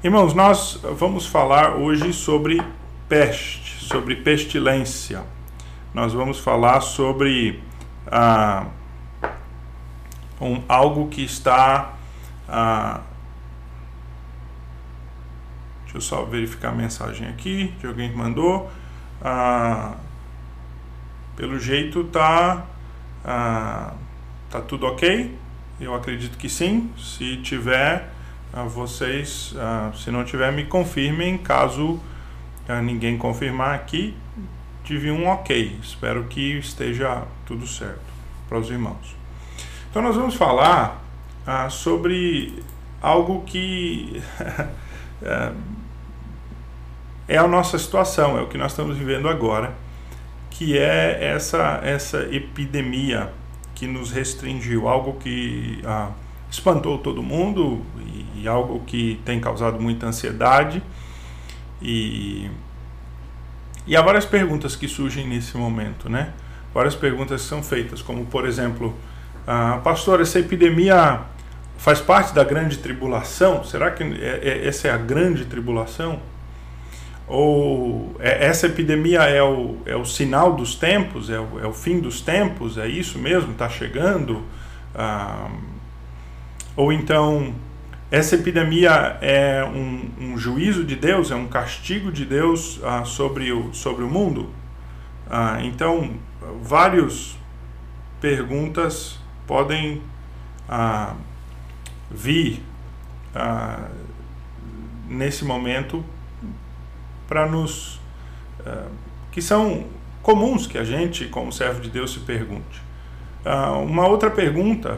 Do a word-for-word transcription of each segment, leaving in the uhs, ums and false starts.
Irmãos, nós vamos falar hoje sobre peste, sobre pestilência. Nós vamos falar sobre ah, um, algo que está... Ah, deixa eu só verificar a mensagem aqui de alguém que mandou. Ah, pelo jeito tá, ah, tá tudo ok? Eu acredito que sim. Se tiver... Uh, vocês, uh, se não tiver, me confirmem. Caso uh, ninguém confirmar aqui, tive um ok. Espero que esteja tudo certo para os irmãos. Então nós vamos falar uh, sobre algo que uh, é a nossa situação, é o que nós estamos vivendo agora, que é essa, essa epidemia que nos restringiu, algo que... Uh, espantou todo mundo e, e algo que tem causado muita ansiedade e, e há várias perguntas que surgem nesse momento, né? Várias perguntas que são feitas, como por exemplo, ah, pastor, essa epidemia faz parte da grande tribulação? Será que é, é, essa é a grande tribulação? Ou é, essa epidemia é o, é o sinal dos tempos? É o, é o fim dos tempos? É isso mesmo? Está chegando? Ah, Ou então, essa epidemia é um, um juízo de Deus, é um castigo de Deus ah, sobre, o, sobre o mundo? Ah, então, várias perguntas podem ah, vir ah, nesse momento para nos... Ah, que são comuns que a gente, como servo de Deus, se pergunte. Ah, uma outra pergunta...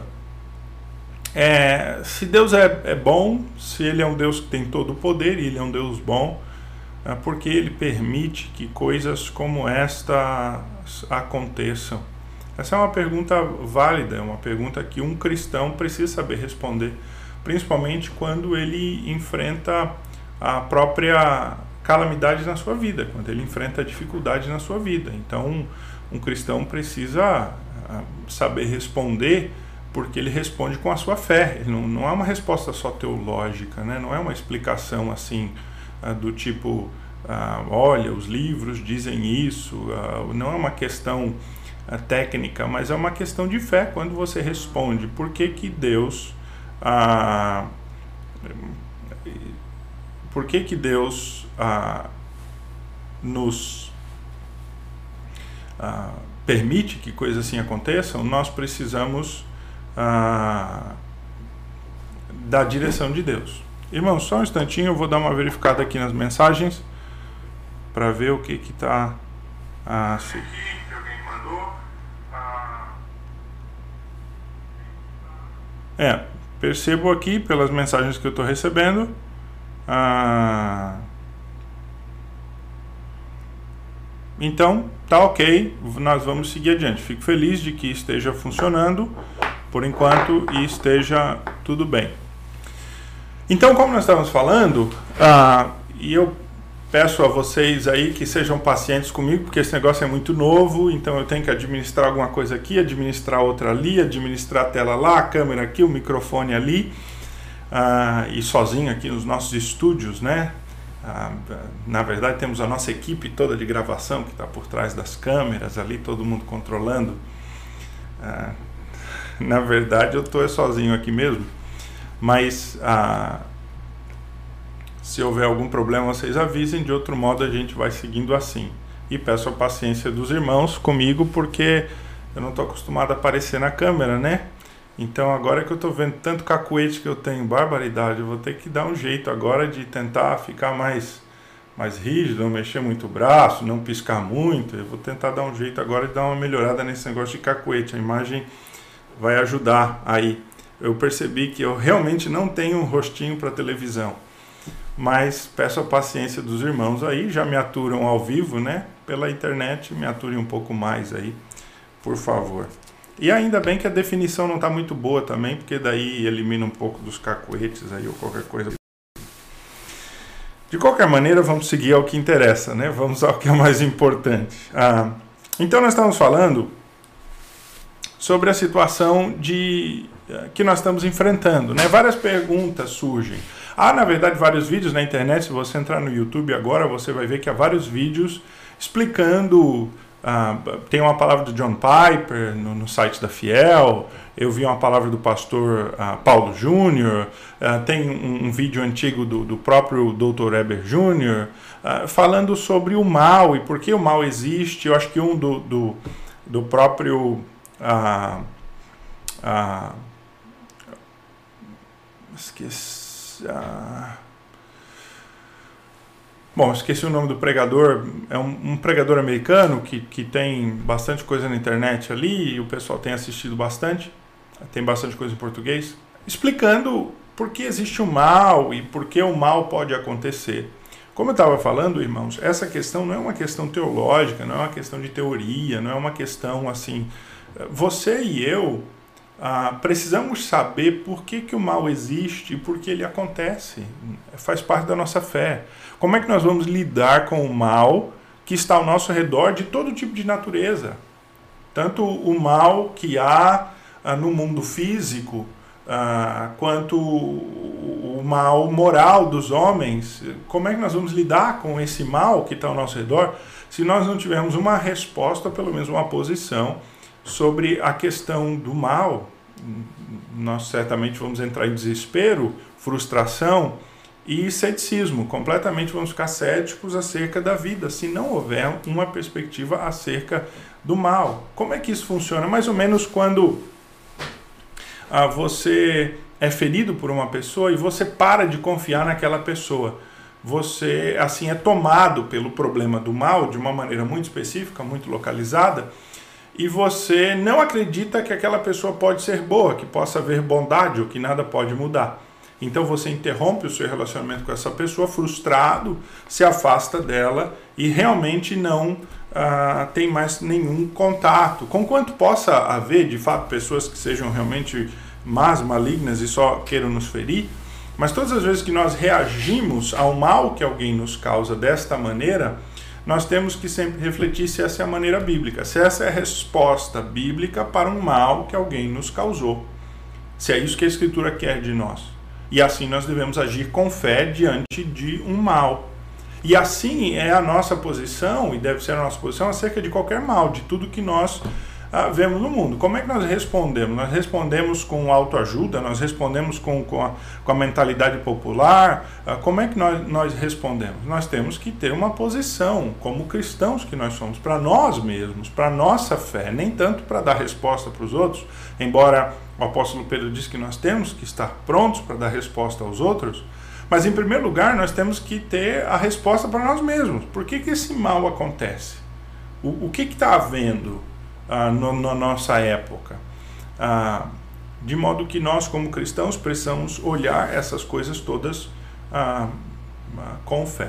É, se Deus é, é bom, se Ele é um Deus que tem todo o poder e Ele é um Deus bom, é porque Ele permite que coisas como esta aconteçam? Essa é uma pergunta válida, é uma pergunta que um cristão precisa saber responder, principalmente quando ele enfrenta a própria calamidade na sua vida, quando ele enfrenta dificuldade na sua vida. Então, um, um cristão precisa saber responder, porque ele responde com a sua fé. Ele não, não é uma resposta só teológica, né? Não é uma explicação assim, uh, do tipo, uh, olha, os livros dizem isso, uh, não é uma questão uh, técnica, mas é uma questão de fé quando você responde. Por que que Deus, uh, por que que Deus uh, nos uh, permite que coisas assim aconteçam? Nós precisamos Ah, da direção de Deus. Irmãos, só um instantinho, eu vou dar uma verificada aqui nas mensagens para ver o que que tá assim. É, percebo aqui pelas mensagens que eu estou recebendo. Ah, então, tá ok, nós vamos seguir adiante. Fico feliz de que esteja funcionando por enquanto e esteja tudo bem. Então, como nós estávamos falando, ah, e eu peço a vocês aí que sejam pacientes comigo, porque esse negócio é muito novo, então eu tenho que administrar alguma coisa aqui, administrar outra ali, administrar a tela lá, a câmera aqui, o microfone ali, ah, e sozinho aqui nos nossos estúdios, né? Ah, na verdade, temos a nossa equipe toda de gravação que está por trás das câmeras ali, todo mundo controlando. Ah, na verdade, eu estou sozinho aqui mesmo, mas ah, se houver algum problema, vocês avisem. De outro modo, a gente vai seguindo assim. E peço a paciência dos irmãos comigo, porque eu não estou acostumado a aparecer na câmera, né? Então, agora que eu estou vendo tanto cacuete que eu tenho, barbaridade, eu vou ter que dar um jeito agora de tentar ficar mais, mais rígido, não mexer muito o braço, não piscar muito. Eu vou tentar dar um jeito agora de dar uma melhorada nesse negócio de cacuete. A imagem vai ajudar aí. Eu percebi que eu realmente não tenho um rostinho para televisão, mas peço a paciência dos irmãos aí, já me aturam ao vivo, né? Pela internet, me aturem um pouco mais aí, por favor. E ainda bem que a definição não está muito boa também, porque daí elimina um pouco dos cacuetes aí ou qualquer coisa. De qualquer maneira, vamos seguir ao que interessa, né? Vamos ao que é mais importante. Ah, então nós estamos falando sobre a situação de, que nós estamos enfrentando, né? Várias perguntas surgem. Há, na verdade, vários vídeos na internet. Se você entrar no YouTube agora, você vai ver que há vários vídeos explicando. Uh, tem uma palavra do John Piper no, no site da Fiel. Eu vi uma palavra do pastor uh, Paulo Júnior. Uh, tem um, um vídeo antigo do, do próprio doutor Heber Júnior uh, falando sobre o mal e por que o mal existe. Eu acho que um do, do, do próprio... Uh, uh, esqueci... Uh, Bom, esqueci o nome do pregador, é um, um pregador americano que, que tem bastante coisa na internet ali, e o pessoal tem assistido bastante, tem bastante coisa em português, explicando por que existe o mal e por que o mal pode acontecer. Como eu estava falando, irmãos, essa questão não é uma questão teológica, não é uma questão de teoria, não é uma questão assim... Você e eu ah, precisamos saber por que, que o mal existe e por que ele acontece, faz parte da nossa fé. Como é que nós vamos lidar com o mal que está ao nosso redor de todo tipo de natureza? Tanto o mal que há ah, no mundo físico, ah, quanto o, o mal moral dos homens. Como é que nós vamos lidar com esse mal que está ao nosso redor se nós não tivermos uma resposta, pelo menos uma posição, sobre a questão do mal? Nós certamente vamos entrar em desespero, frustração e ceticismo. Completamente vamos ficar céticos acerca da vida, se não houver uma perspectiva acerca do mal. Como é que isso funciona? Mais ou menos quando ah, você é ferido por uma pessoa e você para de confiar naquela pessoa. Você, assim, é tomado pelo problema do mal de uma maneira muito específica, muito localizada, e você não acredita que aquela pessoa pode ser boa, que possa haver bondade ou que nada pode mudar. Então você interrompe o seu relacionamento com essa pessoa, frustrado, se afasta dela e realmente não ah, tem mais nenhum contato. Conquanto possa haver, de fato, pessoas que sejam realmente más, malignas e só queiram nos ferir, mas todas as vezes que nós reagimos ao mal que alguém nos causa desta maneira, nós temos que sempre refletir se essa é a maneira bíblica, se essa é a resposta bíblica para um mal que alguém nos causou, se é isso que a Escritura quer de nós. E assim nós devemos agir com fé diante de um mal. E assim é a nossa posição, e deve ser a nossa posição, acerca de qualquer mal, de tudo que nós ah, vemos no mundo. Como é que nós respondemos? Nós respondemos com autoajuda, nós respondemos com, com, a, com a mentalidade popular. Ah, como é que nós, nós respondemos? Nós temos que ter uma posição, como cristãos que nós somos, para nós mesmos, para a nossa fé, nem tanto para dar resposta para os outros, embora o apóstolo Pedro diz que nós temos que estar prontos para dar resposta aos outros, mas em primeiro lugar nós temos que ter a resposta para nós mesmos. Por que que esse mal acontece? O, o que está havendo ah, no, na nossa época? Ah, de modo que nós, como cristãos, precisamos olhar essas coisas todas ah, ah, com fé.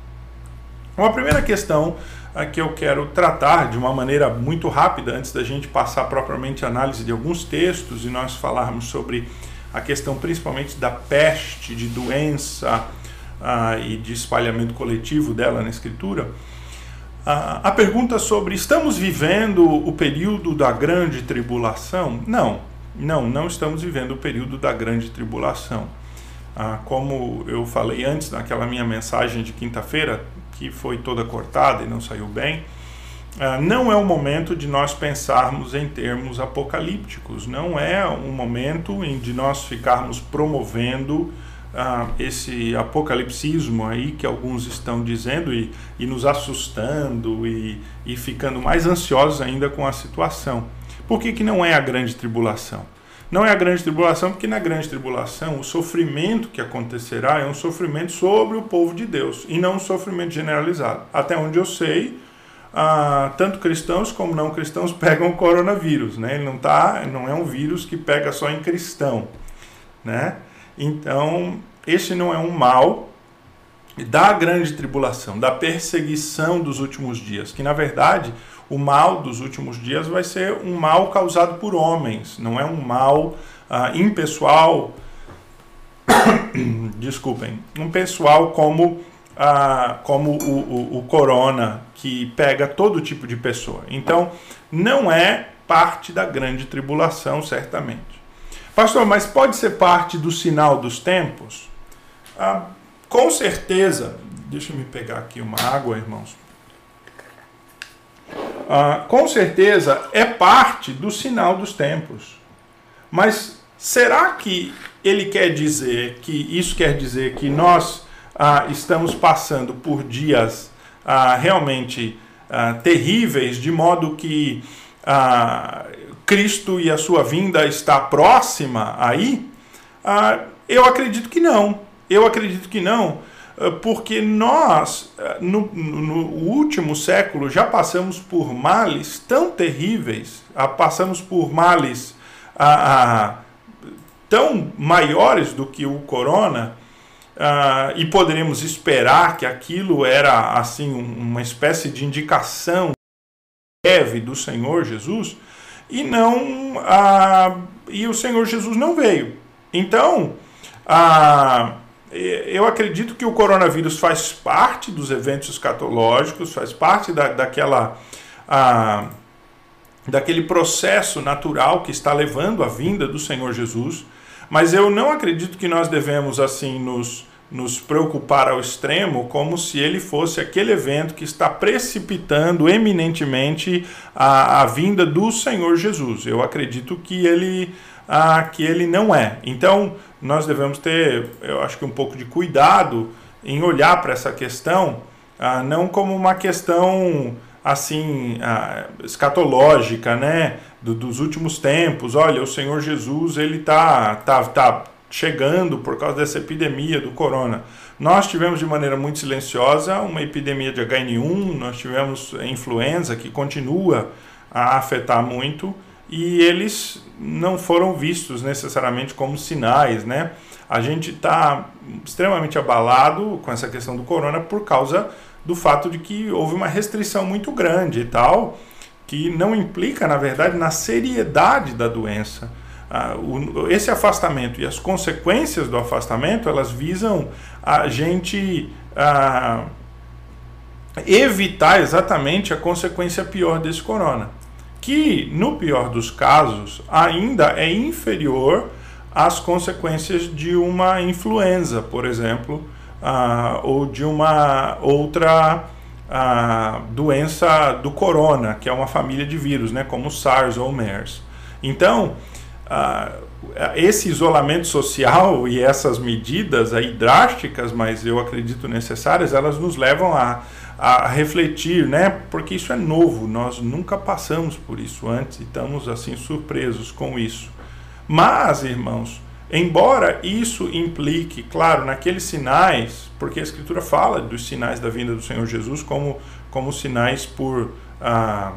Uma primeira questão ah, que eu quero tratar de uma maneira muito rápida, antes da gente passar propriamente a análise de alguns textos e nós falarmos sobre a questão principalmente da peste, de doença ah, e de espalhamento coletivo dela na Escritura, ah, a pergunta sobre: estamos vivendo o período da grande tribulação? Não, não, não estamos vivendo o período da grande tribulação. Ah, como eu falei antes, naquela minha mensagem de quinta-feira, que foi toda cortada e não saiu bem, ah, não é o momento de nós pensarmos em termos apocalípticos, não é um momento em de nós ficarmos promovendo ah, esse apocalipsismo aí que alguns estão dizendo e, e nos assustando e, e ficando mais ansiosos ainda com a situação. Por que que não é a grande tribulação? Não é a grande tribulação porque na grande tribulação o sofrimento que acontecerá é um sofrimento sobre o povo de Deus e não um sofrimento generalizado. Até onde eu sei, ah, tanto cristãos como não cristãos pegam o coronavírus, né? Ele não, tá, não é um vírus que pega só em cristão, né? Então, esse não é um mal da grande tribulação, da perseguição dos últimos dias, que na verdade o mal dos últimos dias vai ser um mal causado por homens, não é um mal ah, impessoal, desculpem, um pessoal como, ah, como o, o, o corona, que pega todo tipo de pessoa. Então, não é parte da grande tribulação, certamente. Pastor, mas pode ser parte do sinal dos tempos? ah, com certeza, deixa eu me pegar aqui uma água, irmãos. Ah, com certeza é parte do sinal dos tempos. Mas será que ele quer dizer que isso quer dizer que nós ah, estamos passando por dias ah, realmente ah, terríveis, de modo que ah, Cristo e a sua vinda está próxima aí? Ah, eu acredito que não. Eu acredito que não, porque nós, no, no último século, já passamos por males tão terríveis, passamos por males ah, ah, tão maiores do que o corona, ah, e poderíamos esperar que aquilo era assim uma espécie de indicação breve do Senhor Jesus, e não ah, e o Senhor Jesus não veio. Então, ah, eu acredito que o coronavírus faz parte dos eventos escatológicos, faz parte da, daquela, ah, daquele processo natural que está levando à vinda do Senhor Jesus, mas eu não acredito que nós devemos assim nos, nos preocupar ao extremo, como se ele fosse aquele evento que está precipitando eminentemente a, a vinda do Senhor Jesus. Eu acredito que ele, ah, que ele não é. Então, nós devemos ter, eu acho que um pouco de cuidado em olhar para essa questão, ah, não como uma questão assim ah, escatológica, né, do, dos últimos tempos. Olha, o Senhor Jesus ele tá, tá, tá chegando por causa dessa epidemia do corona. Nós tivemos de maneira muito silenciosa uma epidemia de H N um, nós tivemos influenza que continua a afetar muito, e eles não foram vistos necessariamente como sinais, né? A gente está extremamente abalado com essa questão do corona por causa do fato de que houve uma restrição muito grande e tal, que não implica, na verdade, na seriedade da doença. Ah, o, esse afastamento e as consequências do afastamento, elas visam a gente ah, evitar exatamente a consequência pior desse corona, que, no pior dos casos, ainda é inferior às consequências de uma influenza, por exemplo, ah, ou de uma outra ah, doença do corona, que é uma família de vírus, né, como o SARS ou o MERS. Então, ah, esse isolamento social e essas medidas aí drásticas, mas eu acredito necessárias, elas nos levam a a refletir, né? Porque isso é novo, nós nunca passamos por isso antes e estamos assim surpresos com isso. Mas, irmãos, embora isso implique, claro, naqueles sinais, porque a Escritura fala dos sinais da vinda do Senhor Jesus como, como sinais por, ah,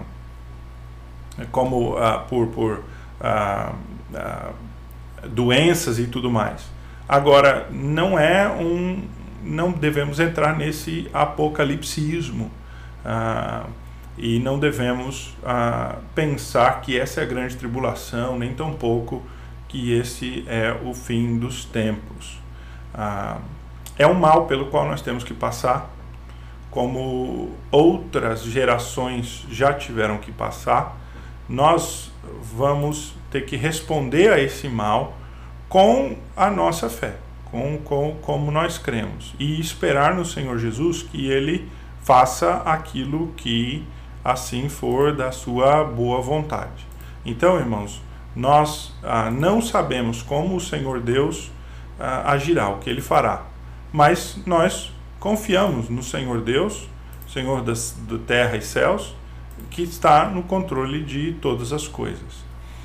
como, ah, por, por ah, ah, doenças e tudo mais. Agora, não é um... não devemos entrar nesse apocalipsismo ah, e não devemos ah, pensar que essa é a grande tribulação, nem tampouco que esse é o fim dos tempos. Ah, é um mal pelo qual nós temos que passar, como outras gerações já tiveram que passar. Nós vamos ter que responder a esse mal com a nossa fé. Com, com, como nós cremos, e esperar no Senhor Jesus que Ele faça aquilo que assim for da sua boa vontade. Então, irmãos, nós ah, não sabemos como o Senhor Deus ah, agirá, o que Ele fará, mas nós confiamos no Senhor Deus, Senhor das, da terra e céus, que está no controle de todas as coisas.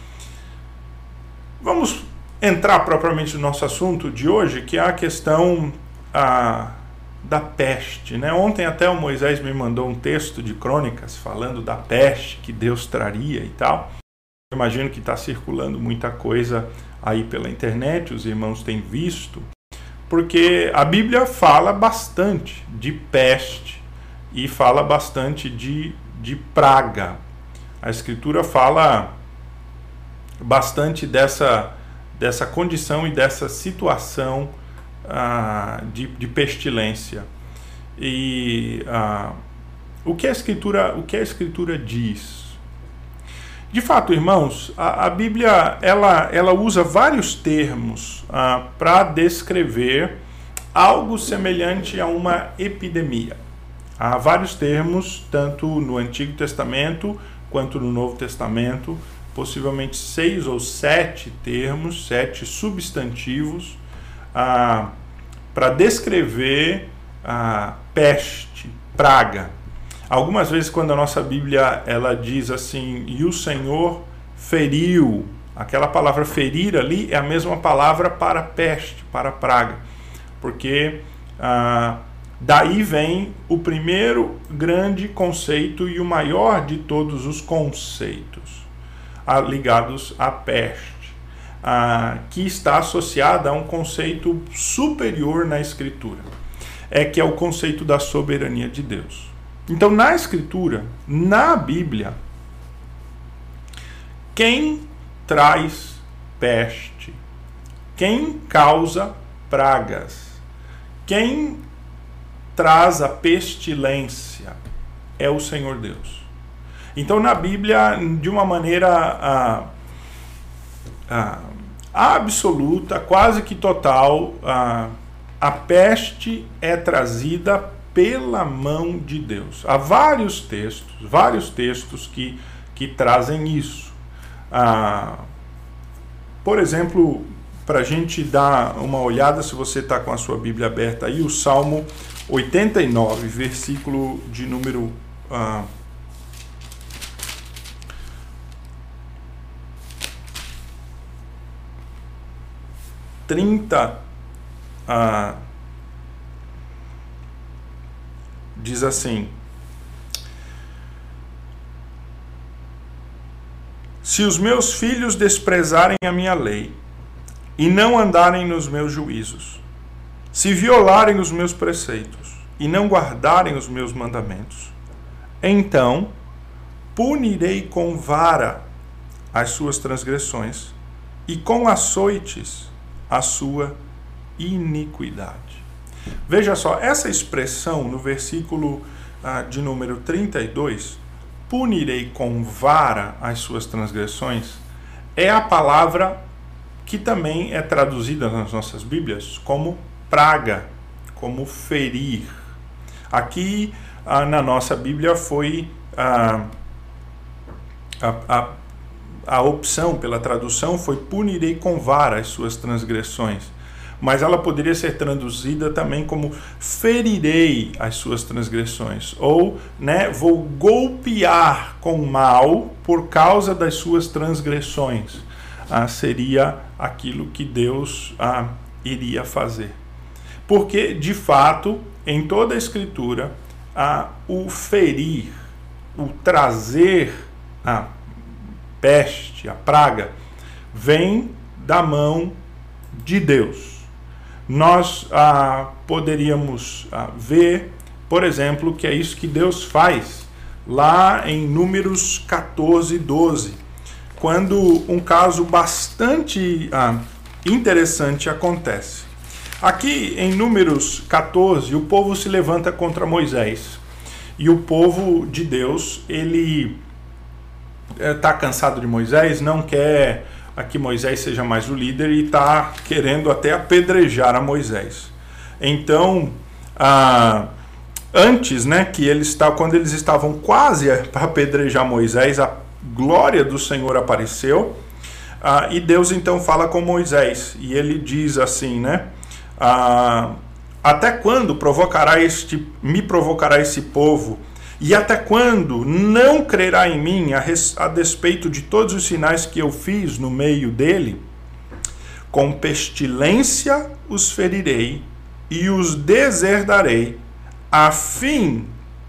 Vamos entrar propriamente no nosso assunto de hoje, que é a questão ah, da peste, né? Ontem até o Moisés me mandou um texto de Crônicas falando da peste que Deus traria e tal. Eu imagino que está circulando muita coisa aí pela internet, os irmãos têm visto, porque a Bíblia fala bastante de peste e fala bastante de, de praga. A Escritura fala bastante dessa dessa condição e dessa situação ah, de, de pestilência. E ah, o que a Escritura, o que a Escritura diz? De fato, irmãos, a, a Bíblia ela, ela usa vários termos ah, para descrever algo semelhante a uma epidemia. Há vários termos, tanto no Antigo Testamento quanto no Novo Testamento, possivelmente seis ou sete termos, sete substantivos, ah, para descrever a peste, praga. Algumas vezes, quando a nossa Bíblia ela diz assim, e o Senhor feriu, aquela palavra ferir ali é a mesma palavra para peste, para praga, porque ah, daí vem o primeiro grande conceito e o maior de todos os conceitos ah, ligados à peste, ah, que está associada a um conceito superior na Escritura, é que é o conceito da soberania de Deus. Então, na Escritura, na Bíblia, quem traz peste, quem causa pragas, quem traz a pestilência é o Senhor Deus. Então, na Bíblia, de uma maneira ah, ah, absoluta, quase que total, ah, a peste é trazida pela mão de Deus. Há vários textos, vários textos que, que trazem isso. Ah, por exemplo, para a gente dar uma olhada, se você está com a sua Bíblia aberta aí, o Salmo oitenta e nove, versículo de número ah, trinta, ah, diz assim: se os meus filhos desprezarem a minha lei e não andarem nos meus juízos, se violarem os meus preceitos e não guardarem os meus mandamentos, então punirei com vara as suas transgressões e com açoites a sua iniquidade. Veja só, essa expressão no versículo ah, de número trinta e dois, punirei com vara as suas transgressões, é a palavra que também é traduzida nas nossas Bíblias como praga, como ferir. Aqui ah, na nossa Bíblia foi ah, a, a, a opção pela tradução foi punirei com vara as suas transgressões, mas ela poderia ser traduzida também como ferirei as suas transgressões, ou né, vou golpear com mal por causa das suas transgressões. Ah, seria aquilo que Deus ah, iria fazer. Porque, de fato, em toda a Escritura, ah, o ferir, o trazer a peste, a praga, vem da mão de Deus. Nós ah, poderíamos ah, ver, por exemplo, que é isso que Deus faz lá em Números catorze, doze, quando um caso bastante ah, interessante acontece. Aqui em Números catorze, o povo se levanta contra Moisés. E o povo de Deus, ele está cansado de Moisés, não quer que Moisés seja mais o líder e está querendo até apedrejar a Moisés. Então, ah, antes, né, que eles estavam, quando eles estavam quase para apedrejar Moisés, a glória do Senhor apareceu, ah, e Deus então fala com Moisés, e ele diz assim, né, ah, até quando provocará este, me provocará esse povo, e até quando não crerá em mim a, res, a despeito de todos os sinais que eu fiz no meio dele? Com pestilência os ferirei e os deserdarei, a fim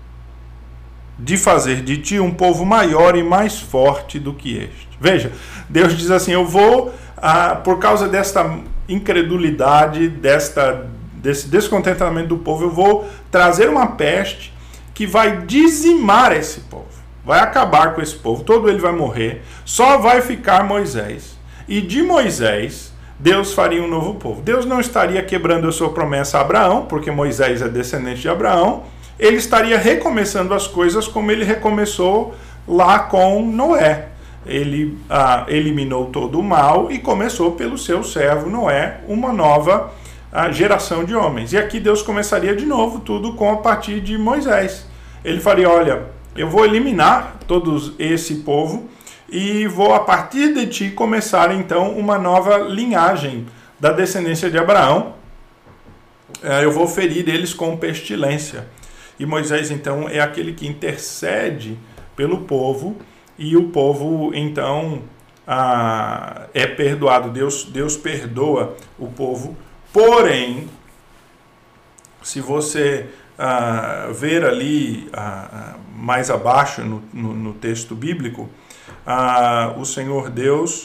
de fazer de ti um povo maior e mais forte do que este. Veja, Deus diz assim, eu vou, ah, por causa desta incredulidade, desta, desse descontentamento do povo, eu vou trazer uma peste que vai dizimar esse povo, vai acabar com esse povo, todo ele vai morrer, só vai ficar Moisés. E de Moisés, Deus faria um novo povo. Deus não estaria quebrando a sua promessa a Abraão, porque Moisés é descendente de Abraão, ele estaria recomeçando as coisas como ele recomeçou lá com Noé. Ele ah, eliminou todo o mal e começou pelo seu servo Noé uma nova a geração de homens. E aqui Deus começaria de novo tudo com a partir de Moisés. Ele faria, olha, eu vou eliminar todo esse povo e vou a partir de ti começar então uma nova linhagem da descendência de Abraão. Eu vou ferir eles com pestilência. E Moisés então é aquele que intercede pelo povo e o povo então ah, é perdoado. Deus, Deus perdoa o povo. Porém, se você ah, ver ali ah, mais abaixo no, no, no texto bíblico, ah, o Senhor Deus,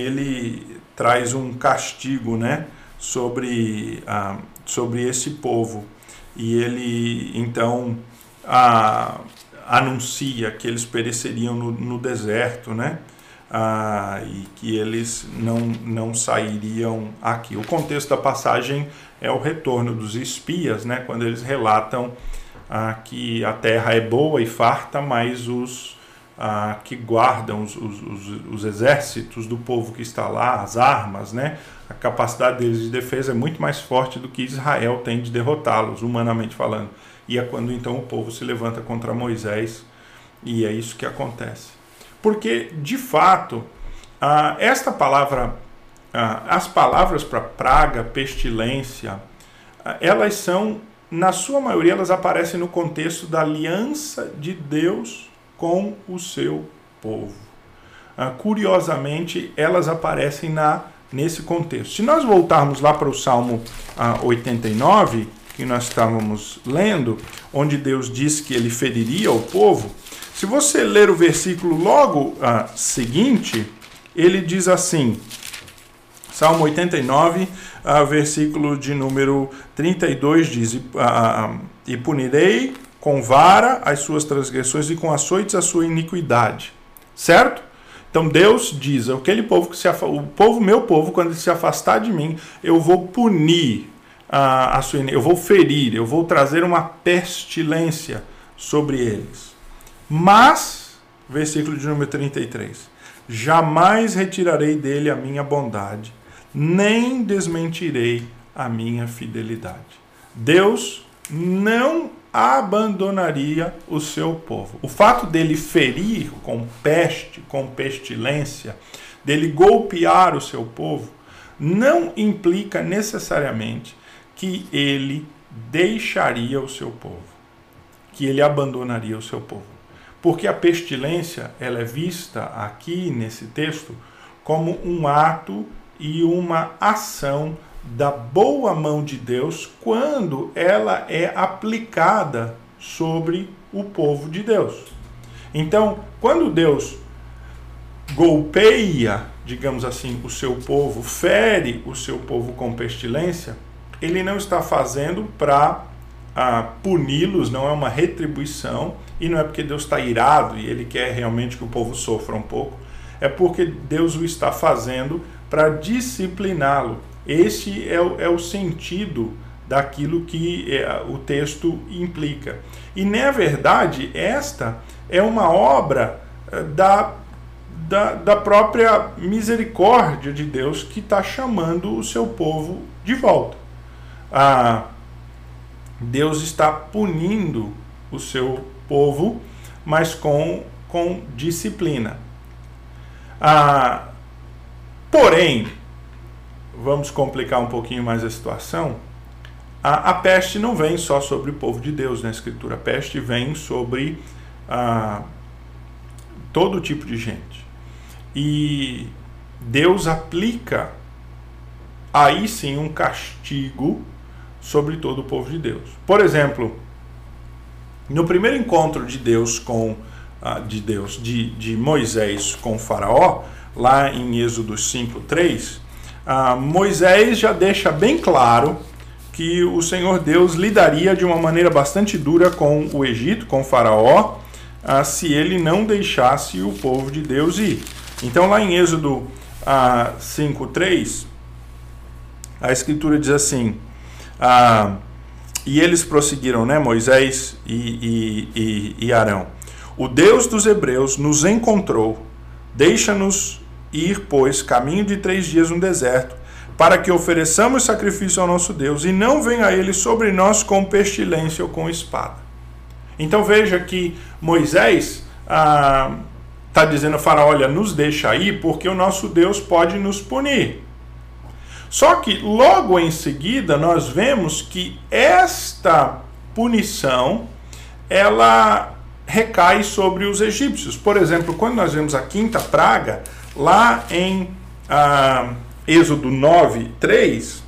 ele traz um castigo, né, sobre, ah, sobre esse povo. E ele, então, ah, anuncia que eles pereceriam no, no deserto, né? Ah, e que eles não, não sairiam aqui. O contexto da passagem é o retorno dos espias, né? Quando eles relatam ah, que a terra é boa e farta, mas os ah, que guardam os, os, os exércitos do povo que está lá, as armas, né? A capacidade deles de defesa é muito mais forte do que Israel tem de derrotá-los, humanamente falando. E é quando então o povo se levanta contra Moisés, e é isso que acontece. Porque, de fato, ah, esta palavra, ah, as palavras para praga, pestilência, ah, elas são, na sua maioria, elas aparecem no contexto da aliança de Deus com o seu povo. Ah, curiosamente, elas aparecem na, nesse contexto. Se nós voltarmos lá para o Salmo ah, oitenta e nove, que nós estávamos lendo, onde Deus diz que ele feriria o povo, se você ler o versículo logo ah, seguinte, ele diz assim, Salmo oitenta e nove, ah, versículo de número trinta e dois, diz, ah, e punirei com vara as suas transgressões e com açoites a sua iniquidade. Certo? Então Deus diz, aquele povo que se afa... o povo, meu povo, quando ele se afastar de mim, eu vou punir a, a sua, eu vou ferir, eu vou trazer uma pestilência sobre eles. Mas, versículo de número trinta e três, jamais retirarei dele a minha bondade, nem desmentirei a minha fidelidade. Deus não abandonaria o seu povo. O fato dele ferir com peste, com pestilência, dele golpear o seu povo, não implica necessariamente que ele deixaria o seu povo, que ele abandonaria o seu povo. Porque a pestilência, ela é vista aqui nesse texto como um ato e uma ação da boa mão de Deus quando ela é aplicada sobre o povo de Deus. Então, quando Deus golpeia, digamos assim, o seu povo, fere o seu povo com pestilência, ele não está fazendo para ah, puni-los, não é uma retribuição, e não é porque Deus está irado e ele quer realmente que o povo sofra um pouco, é porque Deus o está fazendo para discipliná-lo. Esse é o, é o sentido daquilo que é, o texto implica. E, na verdade, esta é uma obra da, da, da própria misericórdia de Deus que está chamando o seu povo de volta. Ah, Deus está punindo o seu povo, mas com, com disciplina. Ah, porém, vamos complicar um pouquinho mais a situação, a, a peste não vem só sobre o povo de Deus na Escritura, a peste vem sobre ah, todo tipo de gente. E Deus aplica aí sim um castigo sobre todo o povo de Deus. Por exemplo, no primeiro encontro de Deus com ah, de Deus, de, de Moisés com o faraó, lá em Êxodo cinco, três, ah, Moisés já deixa bem claro que o Senhor Deus lidaria de uma maneira bastante dura com o Egito, com o faraó, ah, se ele não deixasse o povo de Deus ir. Então lá em Êxodo ah, cinco, três, a Escritura diz assim, ah, e eles prosseguiram, né, Moisés e, e, e, e Arão, o Deus dos Hebreus nos encontrou, deixa-nos ir, pois, caminho de três dias no deserto, para que ofereçamos sacrifício ao nosso Deus, e não venha ele sobre nós com pestilência ou com espada. Então veja que Moisés está ah, dizendo ao faraó, olha, nos deixa aí, porque o nosso Deus pode nos punir. Só que logo em seguida nós vemos que esta punição, ela recai sobre os egípcios. Por exemplo, quando nós vemos a quinta praga, lá em ah, Êxodo nove, três,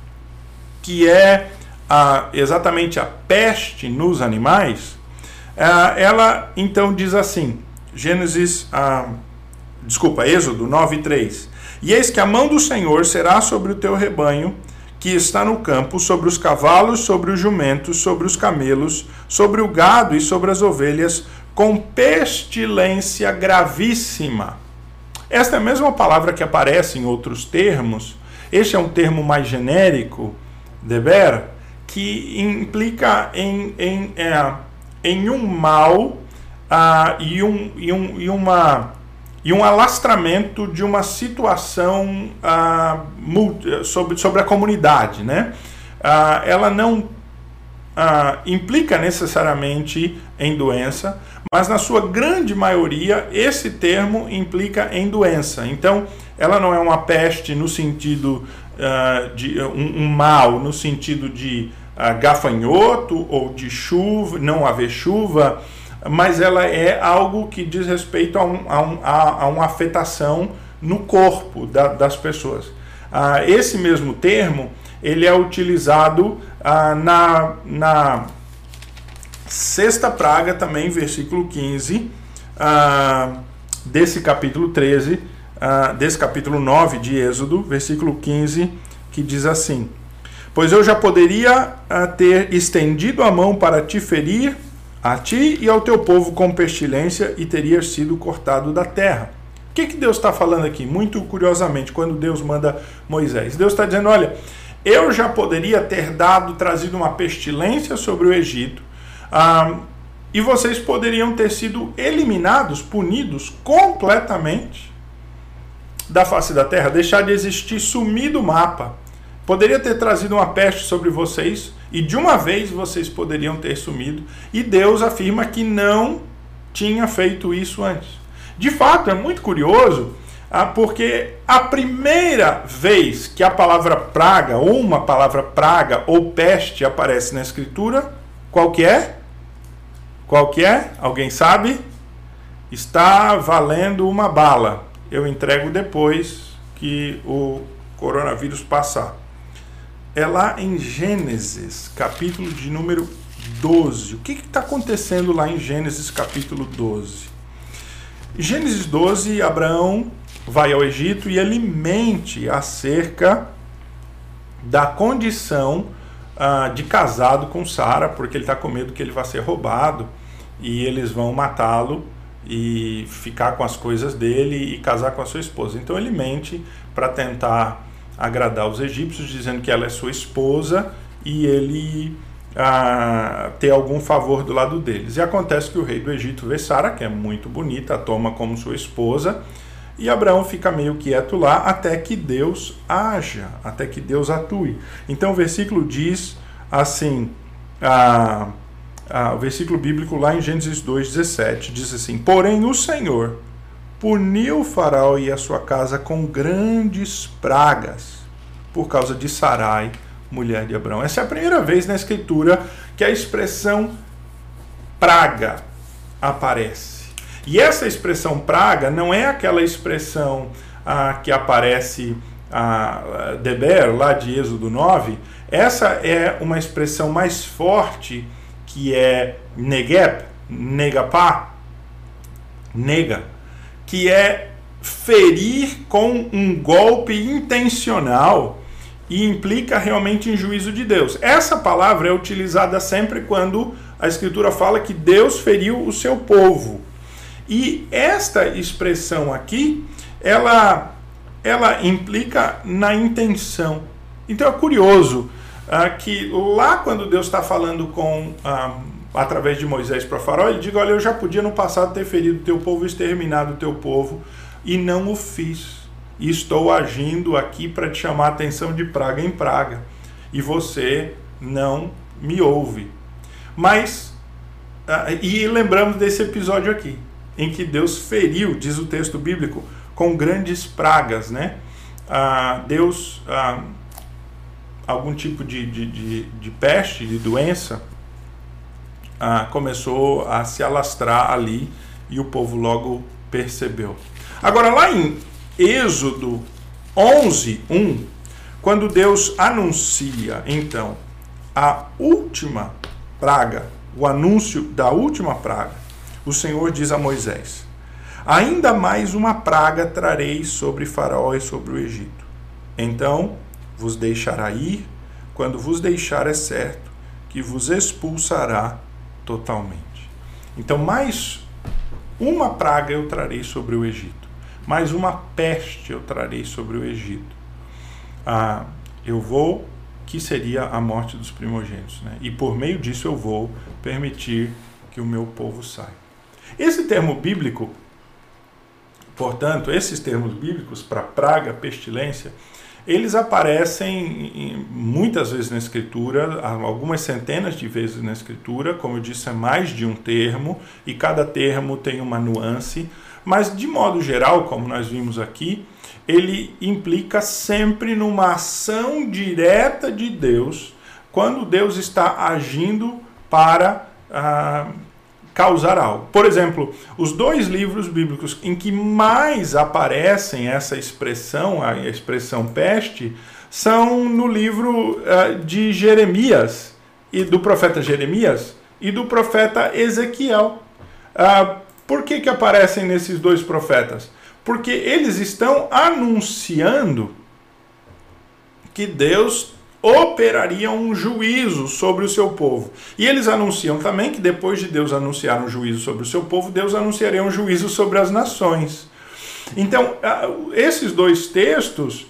que é ah, exatamente a peste nos animais, ah, ela então diz assim, Gênesis, ah, desculpa, Êxodo nove, três, e eis que a mão do Senhor será sobre o teu rebanho, que está no campo, sobre os cavalos, sobre os jumentos, sobre os camelos, sobre o gado e sobre as ovelhas, com pestilência gravíssima. Esta é a mesma palavra que aparece em outros termos. Este é um termo mais genérico, deber, que implica em, em, é, em um mal ah, e, um, e, um, e, uma, e um alastramento de uma situação ah, multi, sobre, sobre a comunidade, né? Ah, ela não ah, implica necessariamente em doença, mas na sua grande maioria esse termo implica em doença. Então ela não é uma peste no sentido uh, de um, um mal no sentido de uh, gafanhoto ou de chuva, não haver chuva, mas ela é algo que diz respeito a, um, a, um, a, a uma afetação no corpo da, das pessoas. Uh, esse mesmo termo ele é utilizado uh, na, na sexta praga também, versículo quinze, uh, desse capítulo treze, uh, desse capítulo nove de Êxodo, versículo quinze, que diz assim: pois eu já poderia uh, ter estendido a mão para te ferir, a ti e ao teu povo com pestilência, e terias sido cortado da terra. O que, que Deus está falando aqui? Muito curiosamente, quando Deus manda Moisés, Deus está dizendo, olha, eu já poderia ter dado, trazido uma pestilência sobre o Egito, Ah, e vocês poderiam ter sido eliminados, punidos completamente da face da terra, deixar de existir, sumir do mapa. Poderia ter trazido uma peste sobre vocês e de uma vez vocês poderiam ter sumido. E Deus afirma que não tinha feito isso antes. De fato, é muito curioso, ah, porque a primeira vez que a palavra praga, ou uma palavra praga ou peste aparece na Escritura, qual que é? Qual que é? Alguém sabe? Está valendo uma bala. Eu entrego depois que o coronavírus passar. É lá em Gênesis, capítulo de número doze. O que está acontecendo lá em Gênesis, capítulo doze? Gênesis doze, Abraão vai ao Egito e ele mente acerca da condição Uh, de casado com Sara, porque ele está com medo que ele vá ser roubado e eles vão matá-lo e ficar com as coisas dele e casar com a sua esposa. Então ele mente para tentar agradar os egípcios, dizendo que ela é sua esposa e ele uh, ter algum favor do lado deles. E acontece que o rei do Egito vê Sara, que é muito bonita, a toma como sua esposa, e Abraão fica meio quieto lá até que Deus haja, até que Deus atue. Então o versículo diz assim, ah, ah, o versículo bíblico lá em Gênesis dois, dezessete, diz assim: porém o Senhor puniu o faraó e a sua casa com grandes pragas, por causa de Sarai, mulher de Abraão. Essa é a primeira vez na Escritura que a expressão praga aparece. E essa expressão praga não é aquela expressão ah, que aparece ah, Deber, lá de Êxodo nove. Essa é uma expressão mais forte, que é negep, negapá, nega, que é ferir com um golpe intencional e implica realmente em juízo de Deus. Essa palavra é utilizada sempre quando a Escritura fala que Deus feriu o seu povo. E esta expressão aqui, ela, ela implica na intenção. Então é curioso ah, que lá quando Deus está falando com, ah, através de Moisés para Faraó, ele diz, olha, eu já podia no passado ter ferido o teu povo, exterminado o teu povo, e não o fiz. e estou agindo aqui para te chamar a atenção de praga em praga, e você não me ouve. Mas, e lembramos desse episódio aqui, em que Deus feriu, diz o texto bíblico, com grandes pragas, né? Ah, Deus, ah, algum tipo de, de, de, de peste, de doença, ah, começou a se alastrar ali, e o povo logo percebeu. Agora, lá em Êxodo onze, um, quando Deus anuncia, então, a última praga, o anúncio da última praga, o Senhor diz a Moisés: ainda mais uma praga trarei sobre Faraó e sobre o Egito. Então vos deixará ir, quando vos deixar é certo que vos expulsará totalmente. Então mais uma praga eu trarei sobre o Egito, mais uma peste eu trarei sobre o Egito. Ah, eu vou, que seria a morte dos primogênitos, né? E por meio disso eu vou permitir que o meu povo saia. Esse termo bíblico, portanto, esses termos bíblicos para praga, pestilência, eles aparecem muitas vezes na Escritura, algumas centenas de vezes na Escritura, como eu disse, é mais de um termo, e cada termo tem uma nuance, mas de modo geral, como nós vimos aqui, ele implica sempre numa ação direta de Deus, quando Deus está agindo para ah, causar algo. Por exemplo, os dois livros bíblicos em que mais aparecem essa expressão, a expressão peste, são no livro uh, de Jeremias, e do profeta Jeremias e do profeta Ezequiel. Uh, por que que aparecem nesses dois profetas? Porque eles estão anunciando que Deus operaria um juízo sobre o seu povo. E eles anunciam também que depois de Deus anunciar um juízo sobre o seu povo, Deus anunciaria um juízo sobre as nações. Então, esses dois textos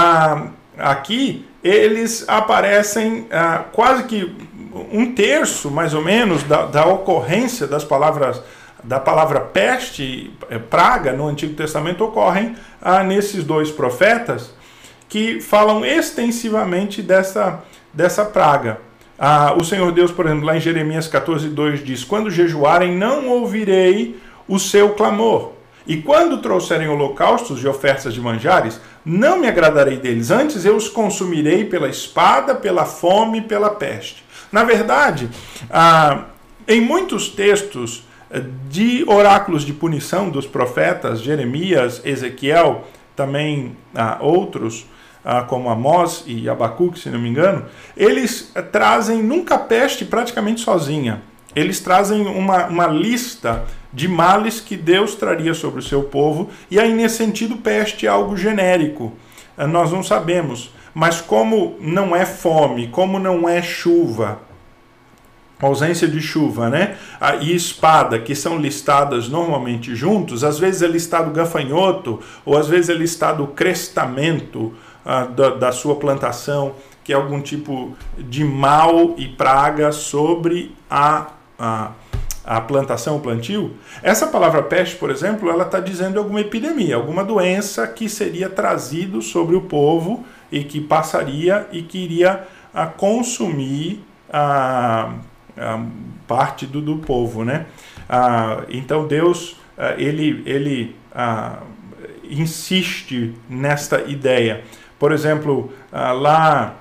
aqui, eles aparecem quase que um terço, mais ou menos, da, da ocorrência das palavras, da palavra peste, praga, no Antigo Testamento, ocorrem nesses dois profetas, que falam extensivamente dessa, dessa praga. Ah, o Senhor Deus, por exemplo, lá em Jeremias catorze, dois diz: quando jejuarem, não ouvirei o seu clamor, e quando trouxerem holocaustos e ofertas de manjares, não me agradarei deles, antes eu os consumirei pela espada, pela fome e pela peste. Na verdade, ah, em muitos textos de oráculos de punição dos profetas, Jeremias, Ezequiel, também ah, outros, ah, como Amós e Abacuque, se não me engano, eles eh, trazem nunca a peste praticamente sozinha. Eles trazem uma, uma lista de males que Deus traria sobre o seu povo, e aí, nesse sentido, peste é algo genérico. Ah, nós não sabemos, mas como não é fome, como não é chuva, ausência de chuva, né? Ah, e espada, que são listadas normalmente juntos, às vezes é listado gafanhoto, ou às vezes é listado crestamento ah, da, da sua plantação, que é algum tipo de mal e praga sobre a, a, a plantação, o plantio. Essa palavra peste, por exemplo, ela está dizendo alguma epidemia, alguma doença que seria trazido sobre o povo e que passaria e que iria a consumir a A parte do, do povo, né? Ah, então Deus ah, ele, ele ah, insiste nesta ideia. Por exemplo, ah, lá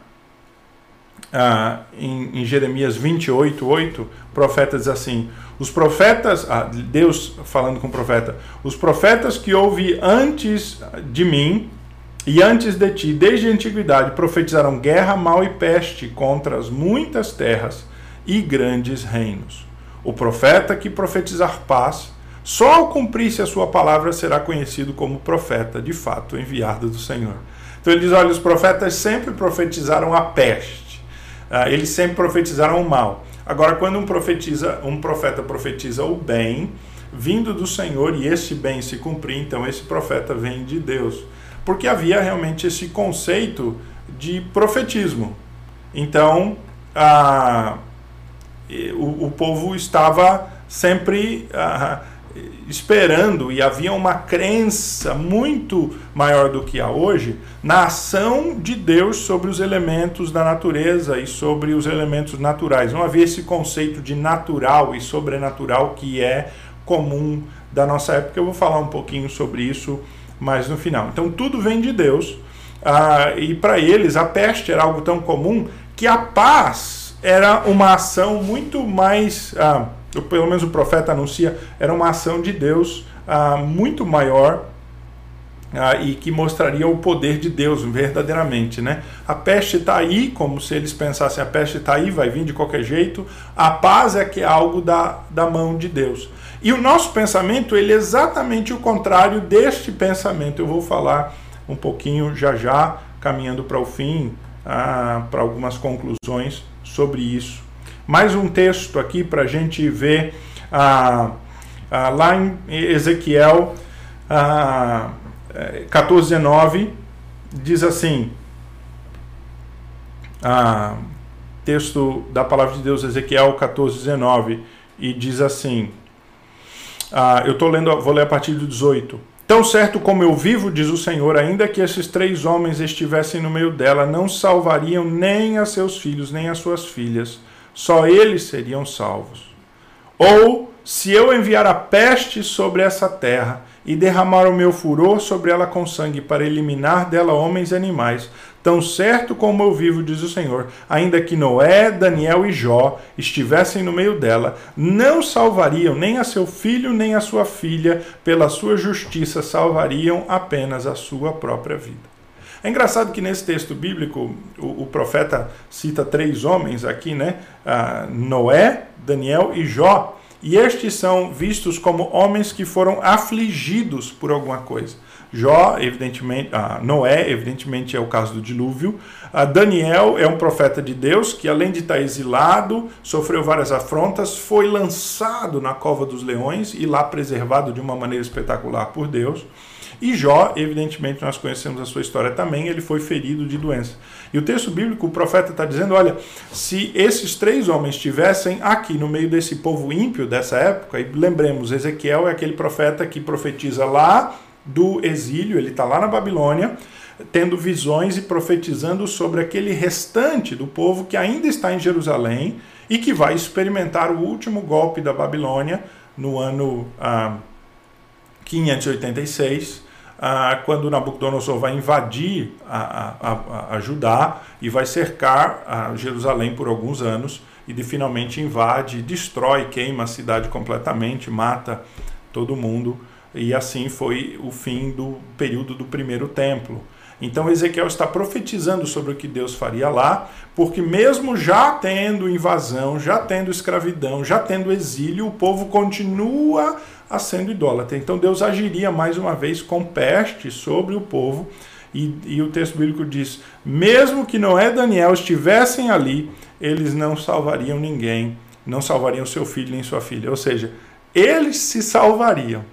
ah, em, em Jeremias vinte e oito, oito, o profeta diz assim: os profetas, ah, Deus falando com o profeta, os profetas que houve antes de mim e antes de ti, desde a antiguidade, profetizaram guerra, mal e peste contra as muitas terras e grandes reinos. O profeta que profetizar paz, só ao cumprir-se a sua palavra será conhecido como profeta, de fato enviado do Senhor. Então ele diz: olha, os profetas sempre profetizaram a peste, eles sempre profetizaram o mal. Agora, quando um, profetiza, um profeta profetiza o bem, vindo do Senhor, e esse bem se cumprir, então esse profeta vem de Deus. Porque havia realmente esse conceito de profetismo. Então, a O, o povo estava sempre uh, esperando, e havia uma crença muito maior do que há hoje, na ação de Deus sobre os elementos da natureza e sobre os elementos naturais. Não havia esse conceito de natural e sobrenatural que é comum da nossa época. Eu vou falar um pouquinho sobre isso mais no final. Então tudo vem de Deus, ah, e para eles a peste era algo tão comum que a paz era uma ação muito mais... Ah, pelo menos o profeta anuncia, era uma ação de Deus ah, muito maior ah, e que mostraria o poder de Deus verdadeiramente, né? A peste está aí, como se eles pensassem, a peste está aí, vai vir de qualquer jeito. A paz é que é algo da, da mão de Deus. E o nosso pensamento, ele é exatamente o contrário deste pensamento. Eu vou falar um pouquinho já já, caminhando para o fim, ah, para algumas conclusões sobre isso. Mais um texto aqui para a gente ver, ah, ah, lá em Ezequiel ah, quatorze, dezenove, diz assim, ah, texto da palavra de Deus, Ezequiel quatorze, dezenove, e diz assim, ah, eu estou lendo, vou ler a partir do dezoito. Tão certo como eu vivo, diz o Senhor, ainda que esses três homens estivessem no meio dela, não salvariam nem a seus filhos, nem as suas filhas, só eles seriam salvos. Ou, se eu enviar a peste sobre essa terra e derramar o meu furor sobre ela com sangue para eliminar dela homens e animais, tão certo como eu vivo, diz o Senhor, ainda que Noé, Daniel e Jó estivessem no meio dela, não salvariam nem a seu filho nem a sua filha, pela sua justiça salvariam apenas a sua própria vida. É engraçado que nesse texto bíblico o, o profeta cita três homens aqui, né? Ah, Noé, Daniel e Jó. E estes são vistos como homens que foram afligidos por alguma coisa. Jó, evidentemente, ah, Noé, evidentemente, é o caso do dilúvio. Ah, Daniel é um profeta de Deus que, além de estar exilado, sofreu várias afrontas, foi lançado na cova dos leões e lá preservado de uma maneira espetacular por Deus. E Jó, evidentemente, nós conhecemos a sua história também, ele foi ferido de doença. E o texto bíblico, o profeta está dizendo, olha, se esses três homens estivessem aqui no meio desse povo ímpio dessa época, e lembremos, Ezequiel é aquele profeta que profetiza lá do exílio, ele está lá na Babilônia, tendo visões e profetizando sobre aquele restante do povo que ainda está em Jerusalém e que vai experimentar o último golpe da Babilônia no ano ah, quinhentos e oitenta e seis, Ah, quando Nabucodonosor vai invadir a, a, a Judá e vai cercar a Jerusalém por alguns anos, e de, finalmente invade, destrói, queima a cidade completamente, mata todo mundo, e assim foi o fim do período do primeiro templo. Então Ezequiel está profetizando sobre o que Deus faria lá, porque mesmo já tendo invasão, já tendo escravidão, já tendo exílio, o povo continua a sendo idólatra. Então Deus agiria mais uma vez com peste sobre o povo, e, e o texto bíblico diz, mesmo que Noé e Daniel estivessem ali, eles não salvariam ninguém, não salvariam seu filho nem sua filha. Ou seja, eles se salvariam,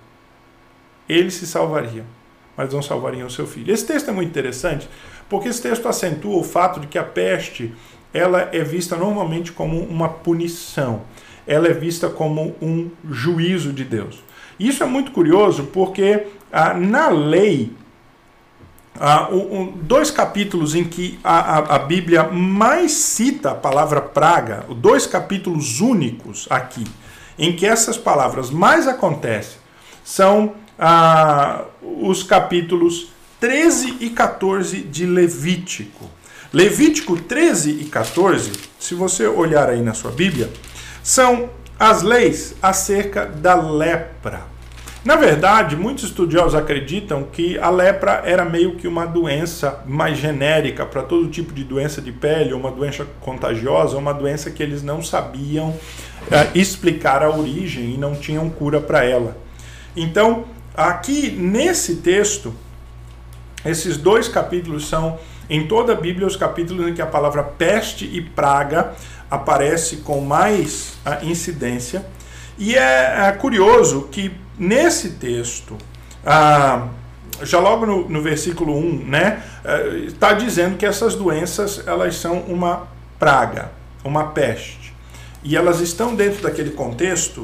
eles se salvariam, mas não salvariam o seu filho. Esse texto é muito interessante, porque esse texto acentua o fato de que a peste, ela é vista normalmente como uma punição, ela é vista como um juízo de Deus. Isso é muito curioso, porque ah, na lei, ah, um, um, dois capítulos em que a, a, a Bíblia mais cita a palavra praga, dois capítulos únicos aqui, em que essas palavras mais acontecem, são Ah, os capítulos treze e quatorze de Levítico. Levítico treze e quatorze, se você olhar aí na sua Bíblia, são as leis acerca da lepra. Na verdade, muitos estudiosos acreditam que a lepra era meio que uma doença mais genérica para todo tipo de doença de pele, uma doença contagiosa, uma doença que eles não sabiam uh, explicar a origem e não tinham cura para ela. Então, aqui nesse texto, esses dois capítulos são, em toda a Bíblia, os capítulos em que a palavra peste e praga aparece com mais a incidência. E é, é curioso que nesse texto, ah, já logo no, no versículo um, né, está dizendo que essas doenças elas são uma praga, uma peste. E elas estão dentro daquele contexto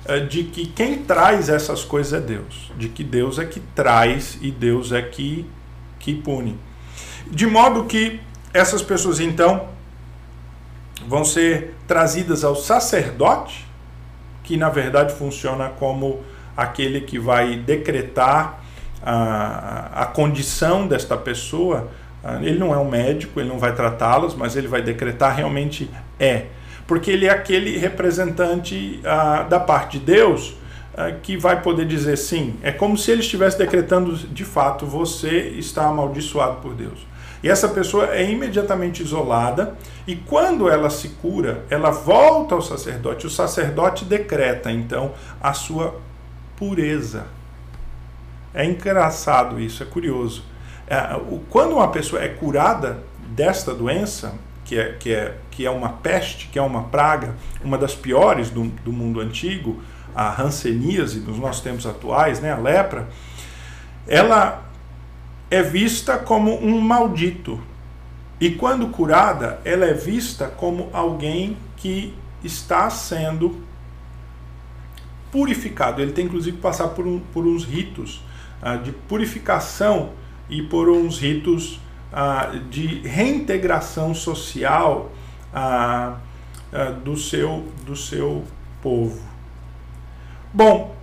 de que quem traz essas coisas é Deus, de que Deus é que traz e Deus é que, que pune. De modo que essas pessoas então vão ser trazidas ao sacerdote, que na verdade funciona como aquele que vai decretar a, a condição desta pessoa. Ele não é um médico, ele não vai tratá-las, mas ele vai decretar realmente é. Porque ele é aquele representante uh, da parte de Deus uh, que vai poder dizer sim. É como se ele estivesse decretando de fato, você está amaldiçoado por Deus. E essa pessoa é imediatamente isolada e quando ela se cura, ela volta ao sacerdote. O sacerdote decreta então a sua pureza. É engraçado isso, é curioso. Uh, quando uma pessoa é curada desta doença, que é, que, é, que é uma peste, que é uma praga, uma das piores do, do mundo antigo, a hanseníase nos nossos tempos atuais, né, a lepra, ela é vista como um maldito. E quando curada, ela é vista como alguém que está sendo purificado. Ele tem inclusive que passar por, um, por uns ritos uh, de purificação e por uns ritos Uh, de reintegração social uh, uh, do, seu, do seu povo. Bom,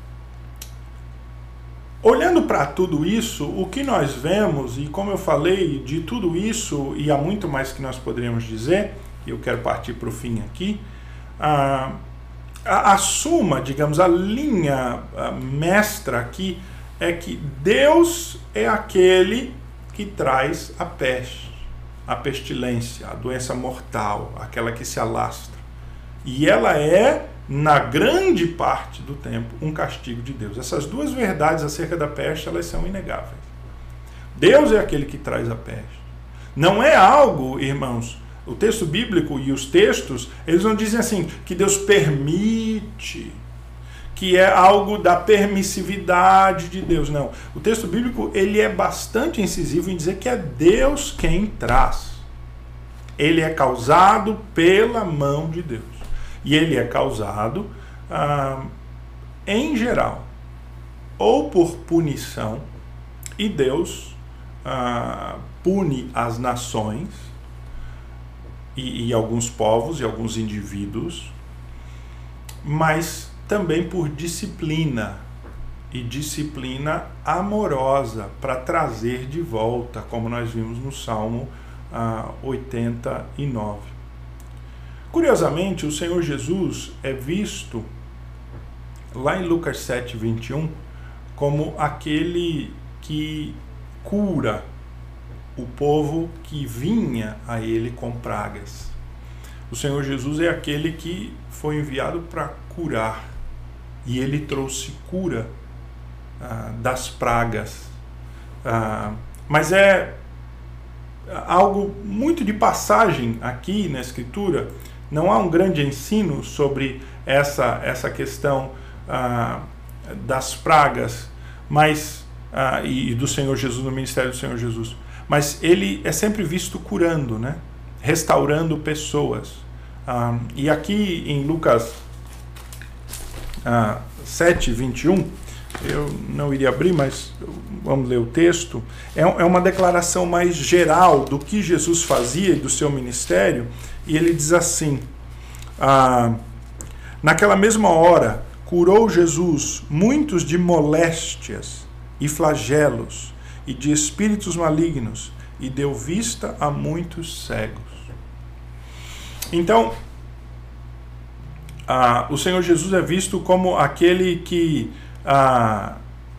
olhando para tudo isso, o que nós vemos, e como eu falei, de tudo isso, e há muito mais que nós poderíamos dizer, e eu quero partir para o fim aqui, uh, a, a suma, digamos, a linha uh, mestra aqui é que Deus é aquele que traz a peste, a pestilência, a doença mortal, aquela que se alastra. E ela é, na grande parte do tempo, um castigo de Deus. Essas duas verdades acerca da peste, elas são inegáveis. Deus é aquele que traz a peste. Não é algo, irmãos, o texto bíblico e os textos, eles não dizem assim, que Deus permite, que é algo da permissividade de Deus. Não. O texto bíblico ele é bastante incisivo em dizer que é Deus quem traz. Ele é causado pela mão de Deus. E ele é causado, ah, em geral, ou por punição, e Deus ah, pune as nações, e, e alguns povos e alguns indivíduos, mas também por disciplina, e disciplina amorosa, para trazer de volta, como nós vimos no Salmo ah, oitenta e nove. Curiosamente, o Senhor Jesus é visto, lá em Lucas sete, vinte e um, como aquele que cura o povo que vinha a ele com pragas. O Senhor Jesus é aquele que foi enviado para curar. E ele trouxe cura ah, das pragas. Ah, mas é algo muito de passagem aqui na Escritura. Não há um grande ensino sobre essa, essa questão ah, das pragas, mas, ah, e, e do Senhor Jesus, no ministério do Senhor Jesus. Mas ele é sempre visto curando, né? Restaurando pessoas. Ah, e aqui em Lucas Ah, sete, vinte e um, eu não iria abrir, mas vamos ler o texto. É, é uma declaração mais geral do que Jesus fazia e do seu ministério, e ele diz assim: ah, naquela mesma hora curou Jesus muitos de moléstias e flagelos e de espíritos malignos, e deu vista a muitos cegos. Então, Ah, o Senhor Jesus é visto como aquele que ah,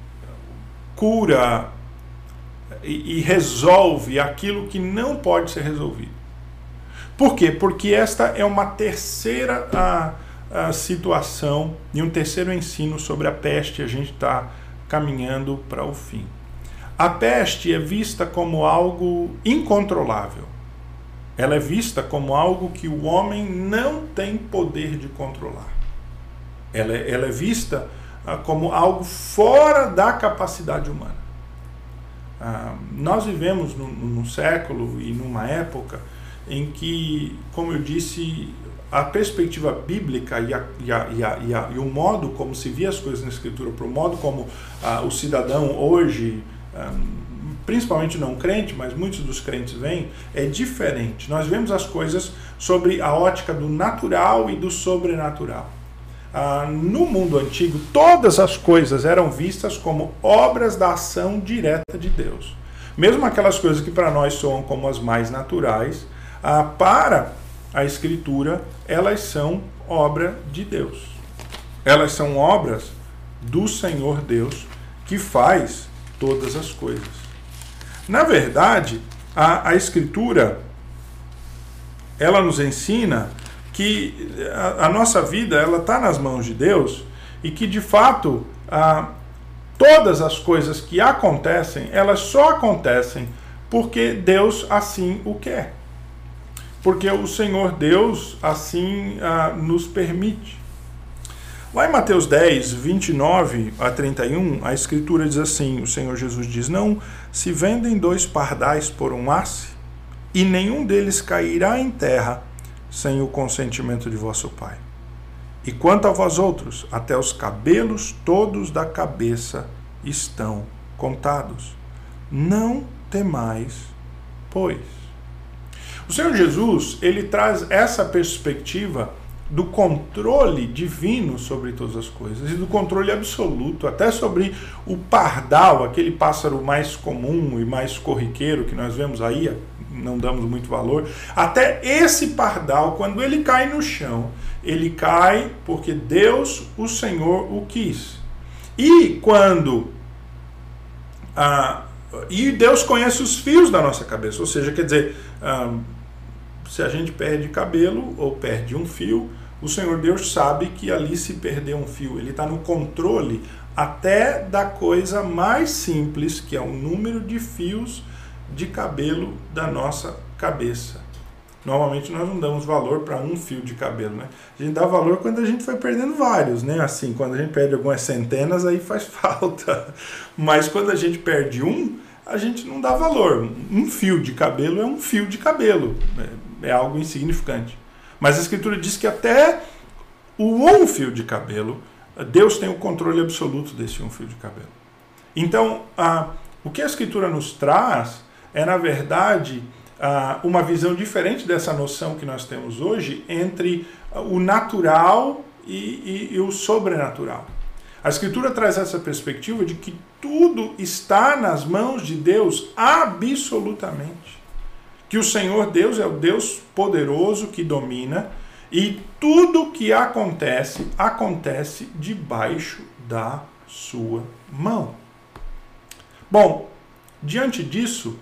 cura e, e resolve aquilo que não pode ser resolvido. Por quê? Porque esta é uma terceira ah, ah, situação e um terceiro ensino sobre a peste. A gente está caminhando para o fim. A peste é vista como algo incontrolável. Ela é vista como algo que o homem não tem poder de controlar. Ela é, ela é vista ah, como algo fora da capacidade humana. Ah, nós vivemos num, num século e numa época em que, como eu disse, a perspectiva bíblica e, a, e, a, e, a, e, a, e o modo como se vê as coisas na Escritura, para o modo como ah, o cidadão hoje, ah, principalmente não crente, mas muitos dos crentes veem, é diferente. Nós vemos as coisas sobre a ótica do natural e do sobrenatural. Ah, no mundo antigo, todas as coisas eram vistas como obras da ação direta de Deus. Mesmo aquelas coisas que para nós soam como as mais naturais, ah, para a Escritura, elas são obra de Deus. Elas são obras do Senhor Deus, que faz todas as coisas. Na verdade, a, a Escritura, ela nos ensina que a, a nossa vida ela está nas mãos de Deus e que, de fato, a, todas as coisas que acontecem, elas só acontecem porque Deus assim o quer. Porque o Senhor Deus assim a, nos permite. Lá em Mateus dez, vinte e nove a trinta e um, a Escritura diz assim, o Senhor Jesus diz, não se vendem dois pardais por um asse, e nenhum deles cairá em terra sem o consentimento de vosso Pai. E quanto a vós outros, até os cabelos todos da cabeça estão contados. Não temais, pois. O Senhor Jesus, ele traz essa perspectiva do controle divino sobre todas as coisas e do controle absoluto, até sobre o pardal, aquele pássaro mais comum e mais corriqueiro que nós vemos aí, não damos muito valor. Até esse pardal, quando ele cai no chão, ele cai porque Deus, o Senhor, o quis. E quando... Ah, e Deus conhece os fios da nossa cabeça, ou seja, quer dizer... Ah, se a gente perde cabelo ou perde um fio, o Senhor Deus sabe que ali se perdeu um fio. Ele está no controle até da coisa mais simples, que é o número de fios de cabelo da nossa cabeça. Normalmente nós não damos valor para um fio de cabelo, né? A gente dá valor quando a gente vai perdendo vários, né? Assim, quando a gente perde algumas centenas, aí faz falta. Mas quando a gente perde um, a gente não dá valor. Um fio de cabelo é um fio de cabelo. É algo insignificante. Mas a Escritura diz que até o um fio de cabelo, Deus tem o controle absoluto desse um fio de cabelo. Então, a, o que a Escritura nos traz é, na verdade, a, uma visão diferente dessa noção que nós temos hoje entre o natural e, e, e o sobrenatural. A Escritura traz essa perspectiva de que tudo está nas mãos de Deus absolutamente. Que o Senhor Deus é o Deus poderoso que domina e tudo que acontece, acontece debaixo da sua mão. Bom, diante disso,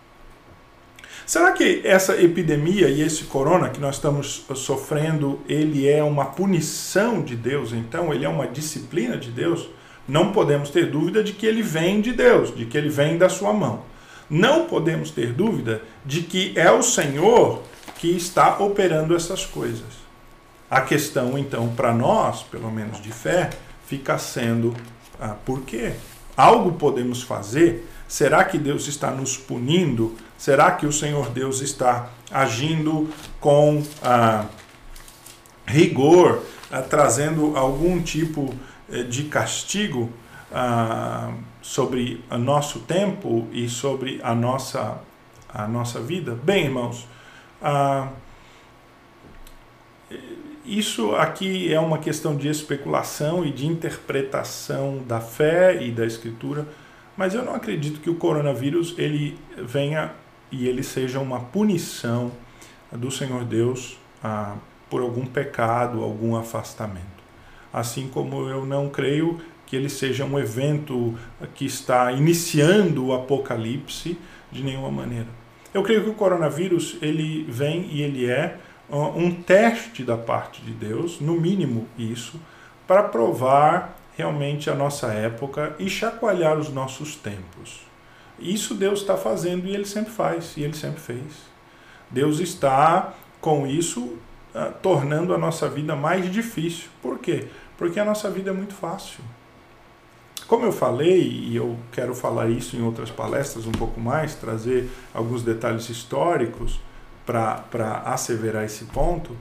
será que essa epidemia e esse corona que nós estamos sofrendo, ele é uma punição de Deus? Então, ele é uma disciplina de Deus? Não podemos ter dúvida de que ele vem de Deus, de que ele vem da sua mão. Não podemos ter dúvida de que é o Senhor que está operando essas coisas. A questão, então, para nós, pelo menos de fé, fica sendo, ah, por quê? Algo podemos fazer? Será que Deus está nos punindo? Será que o Senhor Deus está agindo com ah, rigor, ah, trazendo algum tipo eh, de castigo ah, sobre o nosso tempo e sobre a nossa, a nossa vida? Bem, irmãos, ah, isso aqui é uma questão de especulação e de interpretação da fé e da Escritura, mas eu não acredito que o coronavírus ele venha e ele seja uma punição do Senhor Deus ah, por algum pecado, algum afastamento. Assim como eu não creio que ele seja um evento que está iniciando o apocalipse de nenhuma maneira. Eu creio que o coronavírus ele vem e ele é um teste da parte de Deus, no mínimo isso, para provar realmente a nossa época e chacoalhar os nossos tempos. Isso Deus está fazendo e Ele sempre faz, e Ele sempre fez. Deus está, com isso, tornando a nossa vida mais difícil. Por quê? Porque a nossa vida é muito fácil. Como eu falei, e eu quero falar isso em outras palestras um pouco mais, trazer alguns detalhes históricos para asseverar esse ponto,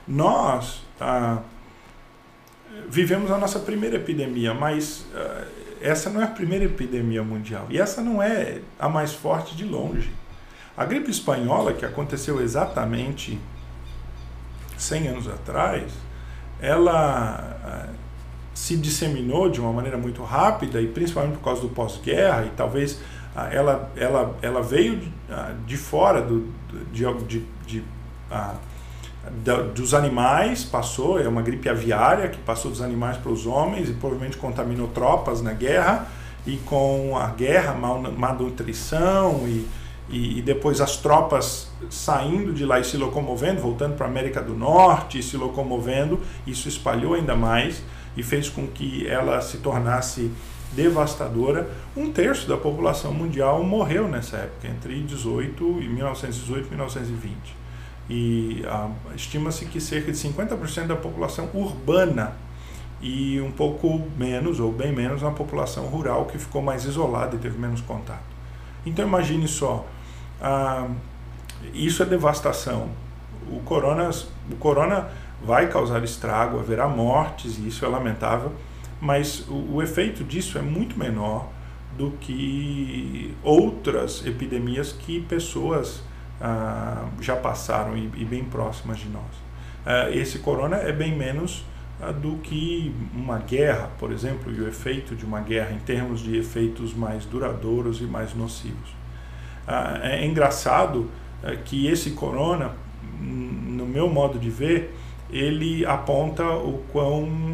Nós ah, vivemos a nossa primeira epidemia, mas ah, essa não é a primeira epidemia mundial. E essa não é a mais forte de longe. A gripe espanhola, que aconteceu exatamente cem anos atrás, ela ah, se disseminou de uma maneira muito rápida, e principalmente por causa do pós-guerra, e talvez ah, ela, ela, ela veio de, ah, de fora do, de, de, de, ah, da, dos animais, passou, é uma gripe aviária que passou dos animais para os homens e provavelmente contaminou tropas na guerra, e com a guerra, mal, má nutrição e, e, e depois as tropas saindo de lá e se locomovendo, voltando para a América do Norte e se locomovendo, isso espalhou ainda mais e fez com que ela se tornasse devastadora. Um terço da população mundial morreu nessa época, entre dezoito e mil novecentos e dezoito e mil novecentos e vinte. E ah, estima-se que cerca de cinquenta por cento da população urbana e um pouco menos, ou bem menos, na população rural, que ficou mais isolada e teve menos contato. Então imagine só, ah, isso é devastação. O corona, o corona vai causar estrago, haverá mortes, e isso é lamentável, mas o, o efeito disso é muito menor do que outras epidemias que pessoas ah, já passaram e, e bem próximas de nós. Ah, esse corona é bem menos ah, do que uma guerra, por exemplo, e o efeito de uma guerra em termos de efeitos mais duradouros e mais nocivos. Ah, é engraçado ah, que esse corona, no meu modo de ver, ele aponta o quão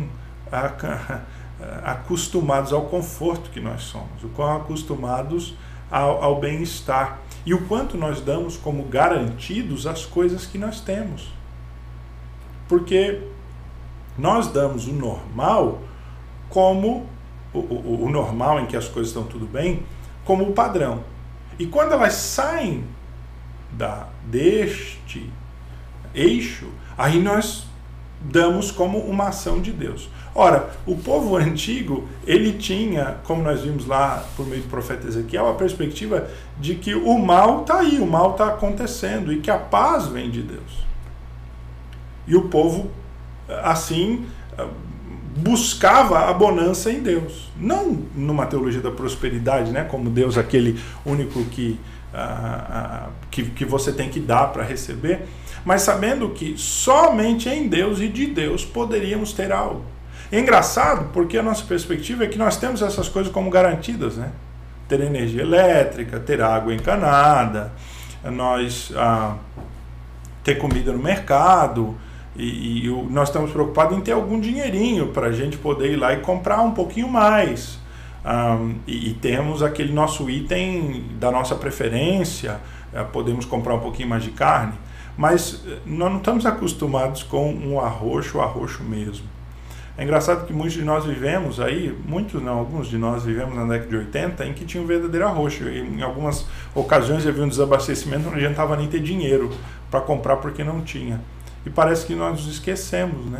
acostumados ao conforto que nós somos, o quão acostumados ao, ao bem-estar, e o quanto nós damos como garantidos as coisas que nós temos. Porque nós damos o normal como, o, o, o normal em que as coisas estão tudo bem, como o padrão. E quando elas saem da, deste eixo, aí nós damos como uma ação de Deus. Ora, o povo antigo, ele tinha, como nós vimos lá por meio do profeta Ezequiel, a perspectiva de que o mal está aí, o mal está acontecendo e que a paz vem de Deus. E o povo, assim, buscava a bonança em Deus. Não numa teologia da prosperidade, né, como Deus, aquele único que, ah, ah, que, que você tem que dar para receber, mas sabendo que somente em Deus e de Deus poderíamos ter algo. É engraçado porque a nossa perspectiva é que nós temos essas coisas como garantidas, né? Ter energia elétrica, ter água encanada, nós ah, ter comida no mercado, e, e o, nós estamos preocupados em ter algum dinheirinho para a gente poder ir lá e comprar um pouquinho mais. Ah, e, e temos aquele nosso item da nossa preferência, ah, podemos comprar um pouquinho mais de carne. Mas nós não estamos acostumados com um arroxo, o arroxo mesmo. É engraçado que muitos de nós vivemos aí, muitos não, alguns de nós vivemos na década de oitenta, em que tinha um verdadeiro arroxo. E em algumas ocasiões havia um desabastecimento, não adiantava nem ter dinheiro para comprar porque não tinha. E parece que nós nos esquecemos, né?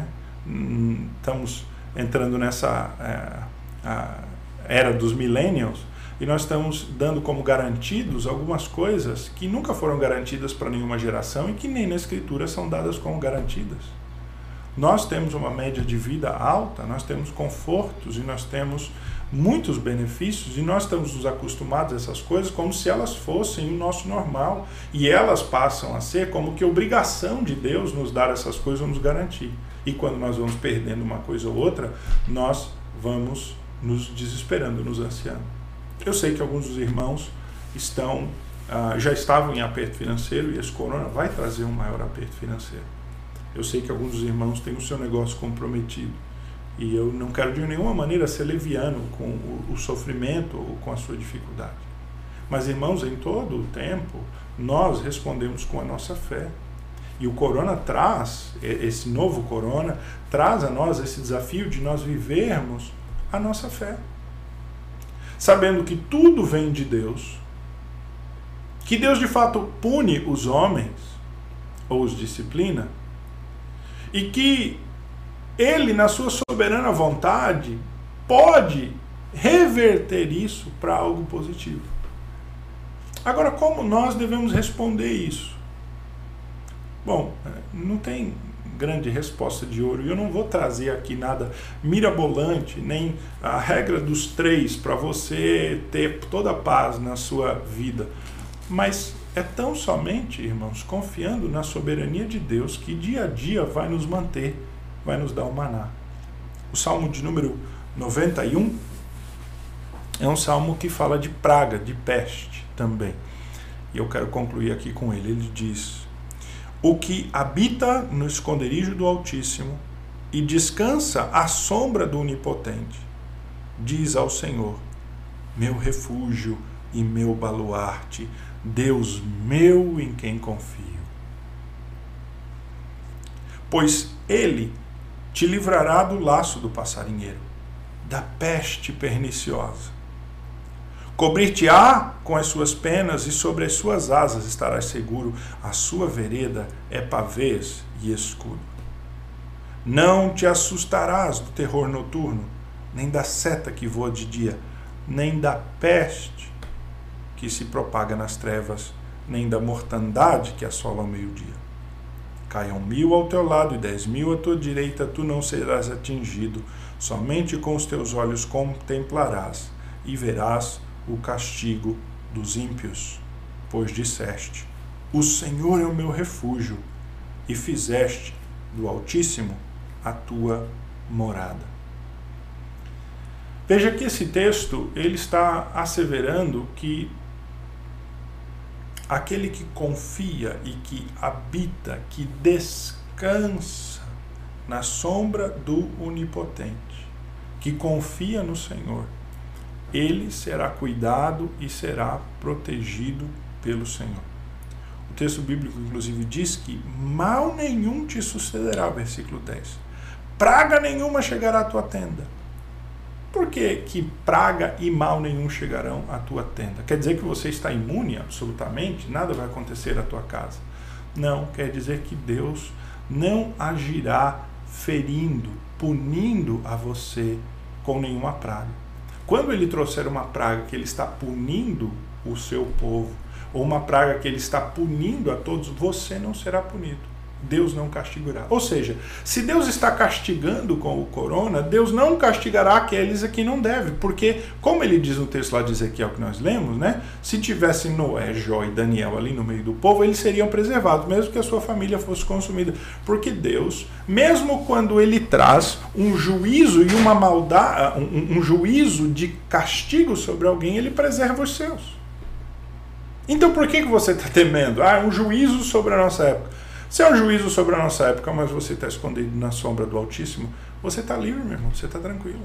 Estamos entrando nessa é, a era dos millennials, e nós estamos dando como garantidos algumas coisas que nunca foram garantidas para nenhuma geração e que nem na Escritura são dadas como garantidas. Nós temos uma média de vida alta, nós temos confortos e nós temos muitos benefícios, e nós estamos nos acostumados a essas coisas como se elas fossem o nosso normal, e elas passam a ser como que obrigação de Deus nos dar essas coisas ou nos garantir. E quando nós vamos perdendo uma coisa ou outra, nós vamos nos desesperando, nos ansiando. Eu sei que alguns dos irmãos estão, ah, já estavam em aperto financeiro, e esse corona vai trazer um maior aperto financeiro. Eu sei que alguns dos irmãos têm o seu negócio comprometido, e eu não quero de nenhuma maneira ser leviano com o, o sofrimento ou com a sua dificuldade. Mas, irmãos, em todo o tempo, nós respondemos com a nossa fé. E o corona traz, esse novo corona, traz a nós esse desafio de nós vivermos a nossa fé. Sabendo que tudo vem de Deus, que Deus de fato pune os homens, ou os disciplina, e que Ele, na sua soberana vontade, pode reverter isso para algo positivo. Agora, como nós devemos responder isso? Bom, não tem grande resposta de ouro. E eu não vou trazer aqui nada mirabolante, nem a regra dos três para você ter toda a paz na sua vida. Mas é tão somente, irmãos, confiando na soberania de Deus que dia a dia vai nos manter, vai nos dar o maná. O Salmo de número noventa e um é um salmo que fala de praga, de peste também. E eu quero concluir aqui com ele. Ele diz: o que habita no esconderijo do Altíssimo e descansa à sombra do Onipotente, diz ao Senhor, meu refúgio e meu baluarte, Deus meu em quem confio. Pois ele te livrará do laço do passarinheiro, da peste perniciosa. Cobrir-te-á com as suas penas e sobre as suas asas estarás seguro. A sua vereda é pavês e escudo. Não te assustarás do terror noturno, nem da seta que voa de dia, nem da peste que se propaga nas trevas, nem da mortandade que assola ao meio-dia. Caiam mil ao teu lado e dez mil à tua direita, tu não serás atingido. Somente com os teus olhos contemplarás e verás o castigo dos ímpios. Pois disseste, o Senhor é o meu refúgio, e fizeste do Altíssimo a tua morada. Veja que esse texto ele está asseverando que aquele que confia e que habita, que descansa na sombra do Onipotente, que confia no Senhor, ele será cuidado e será protegido pelo Senhor. O texto bíblico, inclusive, diz que mal nenhum te sucederá, versículo dez. Praga nenhuma chegará à tua tenda. Por que que praga e mal nenhum chegarão à tua tenda? Quer dizer que você está imune absolutamente? Nada vai acontecer à tua casa? Não, quer dizer que Deus não agirá ferindo, punindo a você com nenhuma praga. Quando ele trouxer uma praga que ele está punindo o seu povo, ou uma praga que ele está punindo a todos, você não será punido. Deus não castigará. Ou seja, se Deus está castigando com o corona, Deus não castigará aqueles a quem não deve. Porque, como ele diz no texto lá de Ezequiel que nós lemos, né? Se tivesse Noé, Jó e Daniel ali no meio do povo, eles seriam preservados, mesmo que a sua família fosse consumida. Porque Deus, mesmo quando ele traz um juízo e uma maldade, um, um juízo de castigo sobre alguém, ele preserva os seus. Então por que, que você está temendo? Ah, um juízo sobre a nossa época. Se é um juízo sobre a nossa época, mas você está escondido na sombra do Altíssimo, você está livre, meu irmão, você está tranquilo.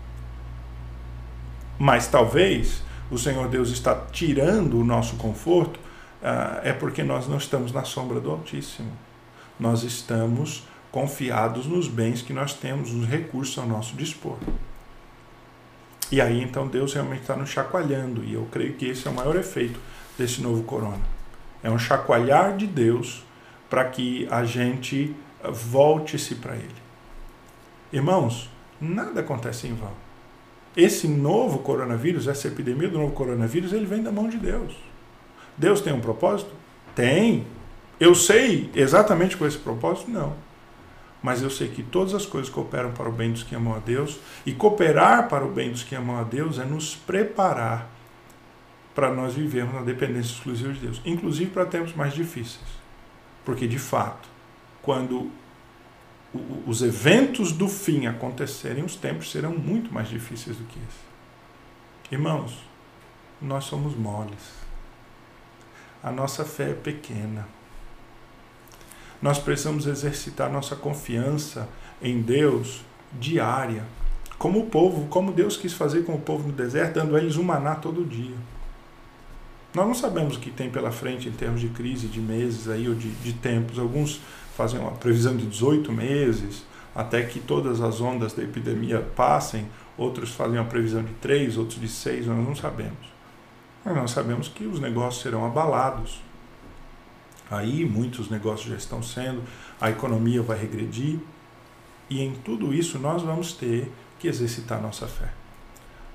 Mas talvez o Senhor Deus está tirando o nosso conforto, uh, é porque nós não estamos na sombra do Altíssimo. Nós estamos confiados nos bens que nós temos, nos recursos ao nosso dispor. E aí então Deus realmente está nos chacoalhando, e eu creio que esse é o maior efeito desse novo corona. É um chacoalhar de Deus para que a gente volte-se para Ele. Irmãos, nada acontece em vão. Esse novo coronavírus, essa epidemia do novo coronavírus, ele vem da mão de Deus. Deus tem um propósito? Tem. Eu sei exatamente qual é esse propósito? Não. Mas eu sei que todas as coisas cooperam para o bem dos que amam a Deus, e cooperar para o bem dos que amam a Deus é nos preparar para nós vivermos na dependência exclusiva de Deus, inclusive para tempos mais difíceis. Porque, de fato, quando os eventos do fim acontecerem, os tempos serão muito mais difíceis do que esse. Irmãos, nós somos moles. A nossa fé é pequena. Nós precisamos exercitar nossa confiança em Deus diária. Como o povo, como Deus quis fazer com o povo no deserto, dando a eles um maná todo dia. Nós não sabemos o que tem pela frente em termos de crise, de meses aí, ou de, de tempos. Alguns fazem uma previsão de dezoito meses, até que todas as ondas da epidemia passem. Outros fazem uma previsão de três, outros de seis, nós não sabemos. Mas nós sabemos que os negócios serão abalados. Aí muitos negócios já estão sendo, a economia vai regredir. E em tudo isso nós vamos ter que exercitar nossa fé.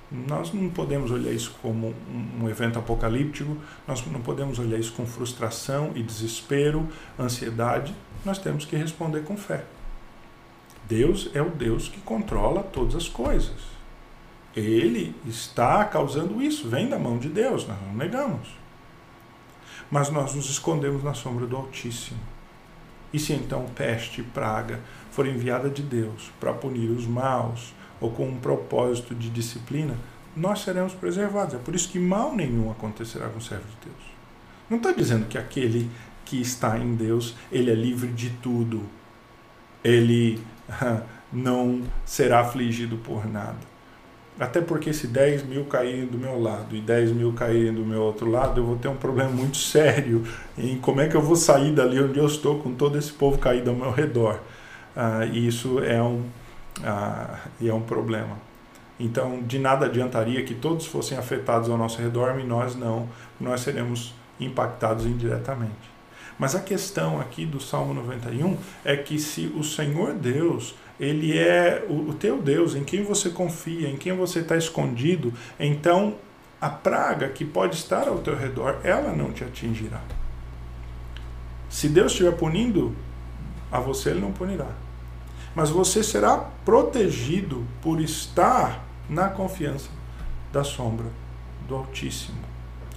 Nós não podemos olhar isso como um, um evento apocalíptico, nós não podemos olhar isso com frustração e desespero, ansiedade, nós temos que responder com fé. Deus é o Deus que controla todas as coisas. Ele está causando isso, vem da mão de Deus, nós não negamos. Mas nós nos escondemos na sombra do Altíssimo. E se então peste e praga for enviada de Deus para punir os maus, ou com um propósito de disciplina, nós seremos preservados. É por isso que mal nenhum acontecerá com o servo de Deus. Não está dizendo que aquele que está em Deus, ele é livre de tudo. Ele não será afligido por nada. Até porque se dez mil caírem do meu lado e dez mil caírem do meu outro lado, eu vou ter um problema muito sério em como é que eu vou sair dali onde eu estou com todo esse povo caído ao meu redor. Ah, e isso é um, ah, é um problema. Então, de nada adiantaria que todos fossem afetados ao nosso redor e nós não, nós seremos impactados indiretamente. Mas a questão aqui do Salmo noventa e um é que se o Senhor Deus, Ele é o, o teu Deus, em quem você confia, em quem você está escondido, então a praga que pode estar ao teu redor, ela não te atingirá. Se Deus estiver punindo a você, Ele não punirá. Mas você será protegido por estar na confiança da sombra do Altíssimo.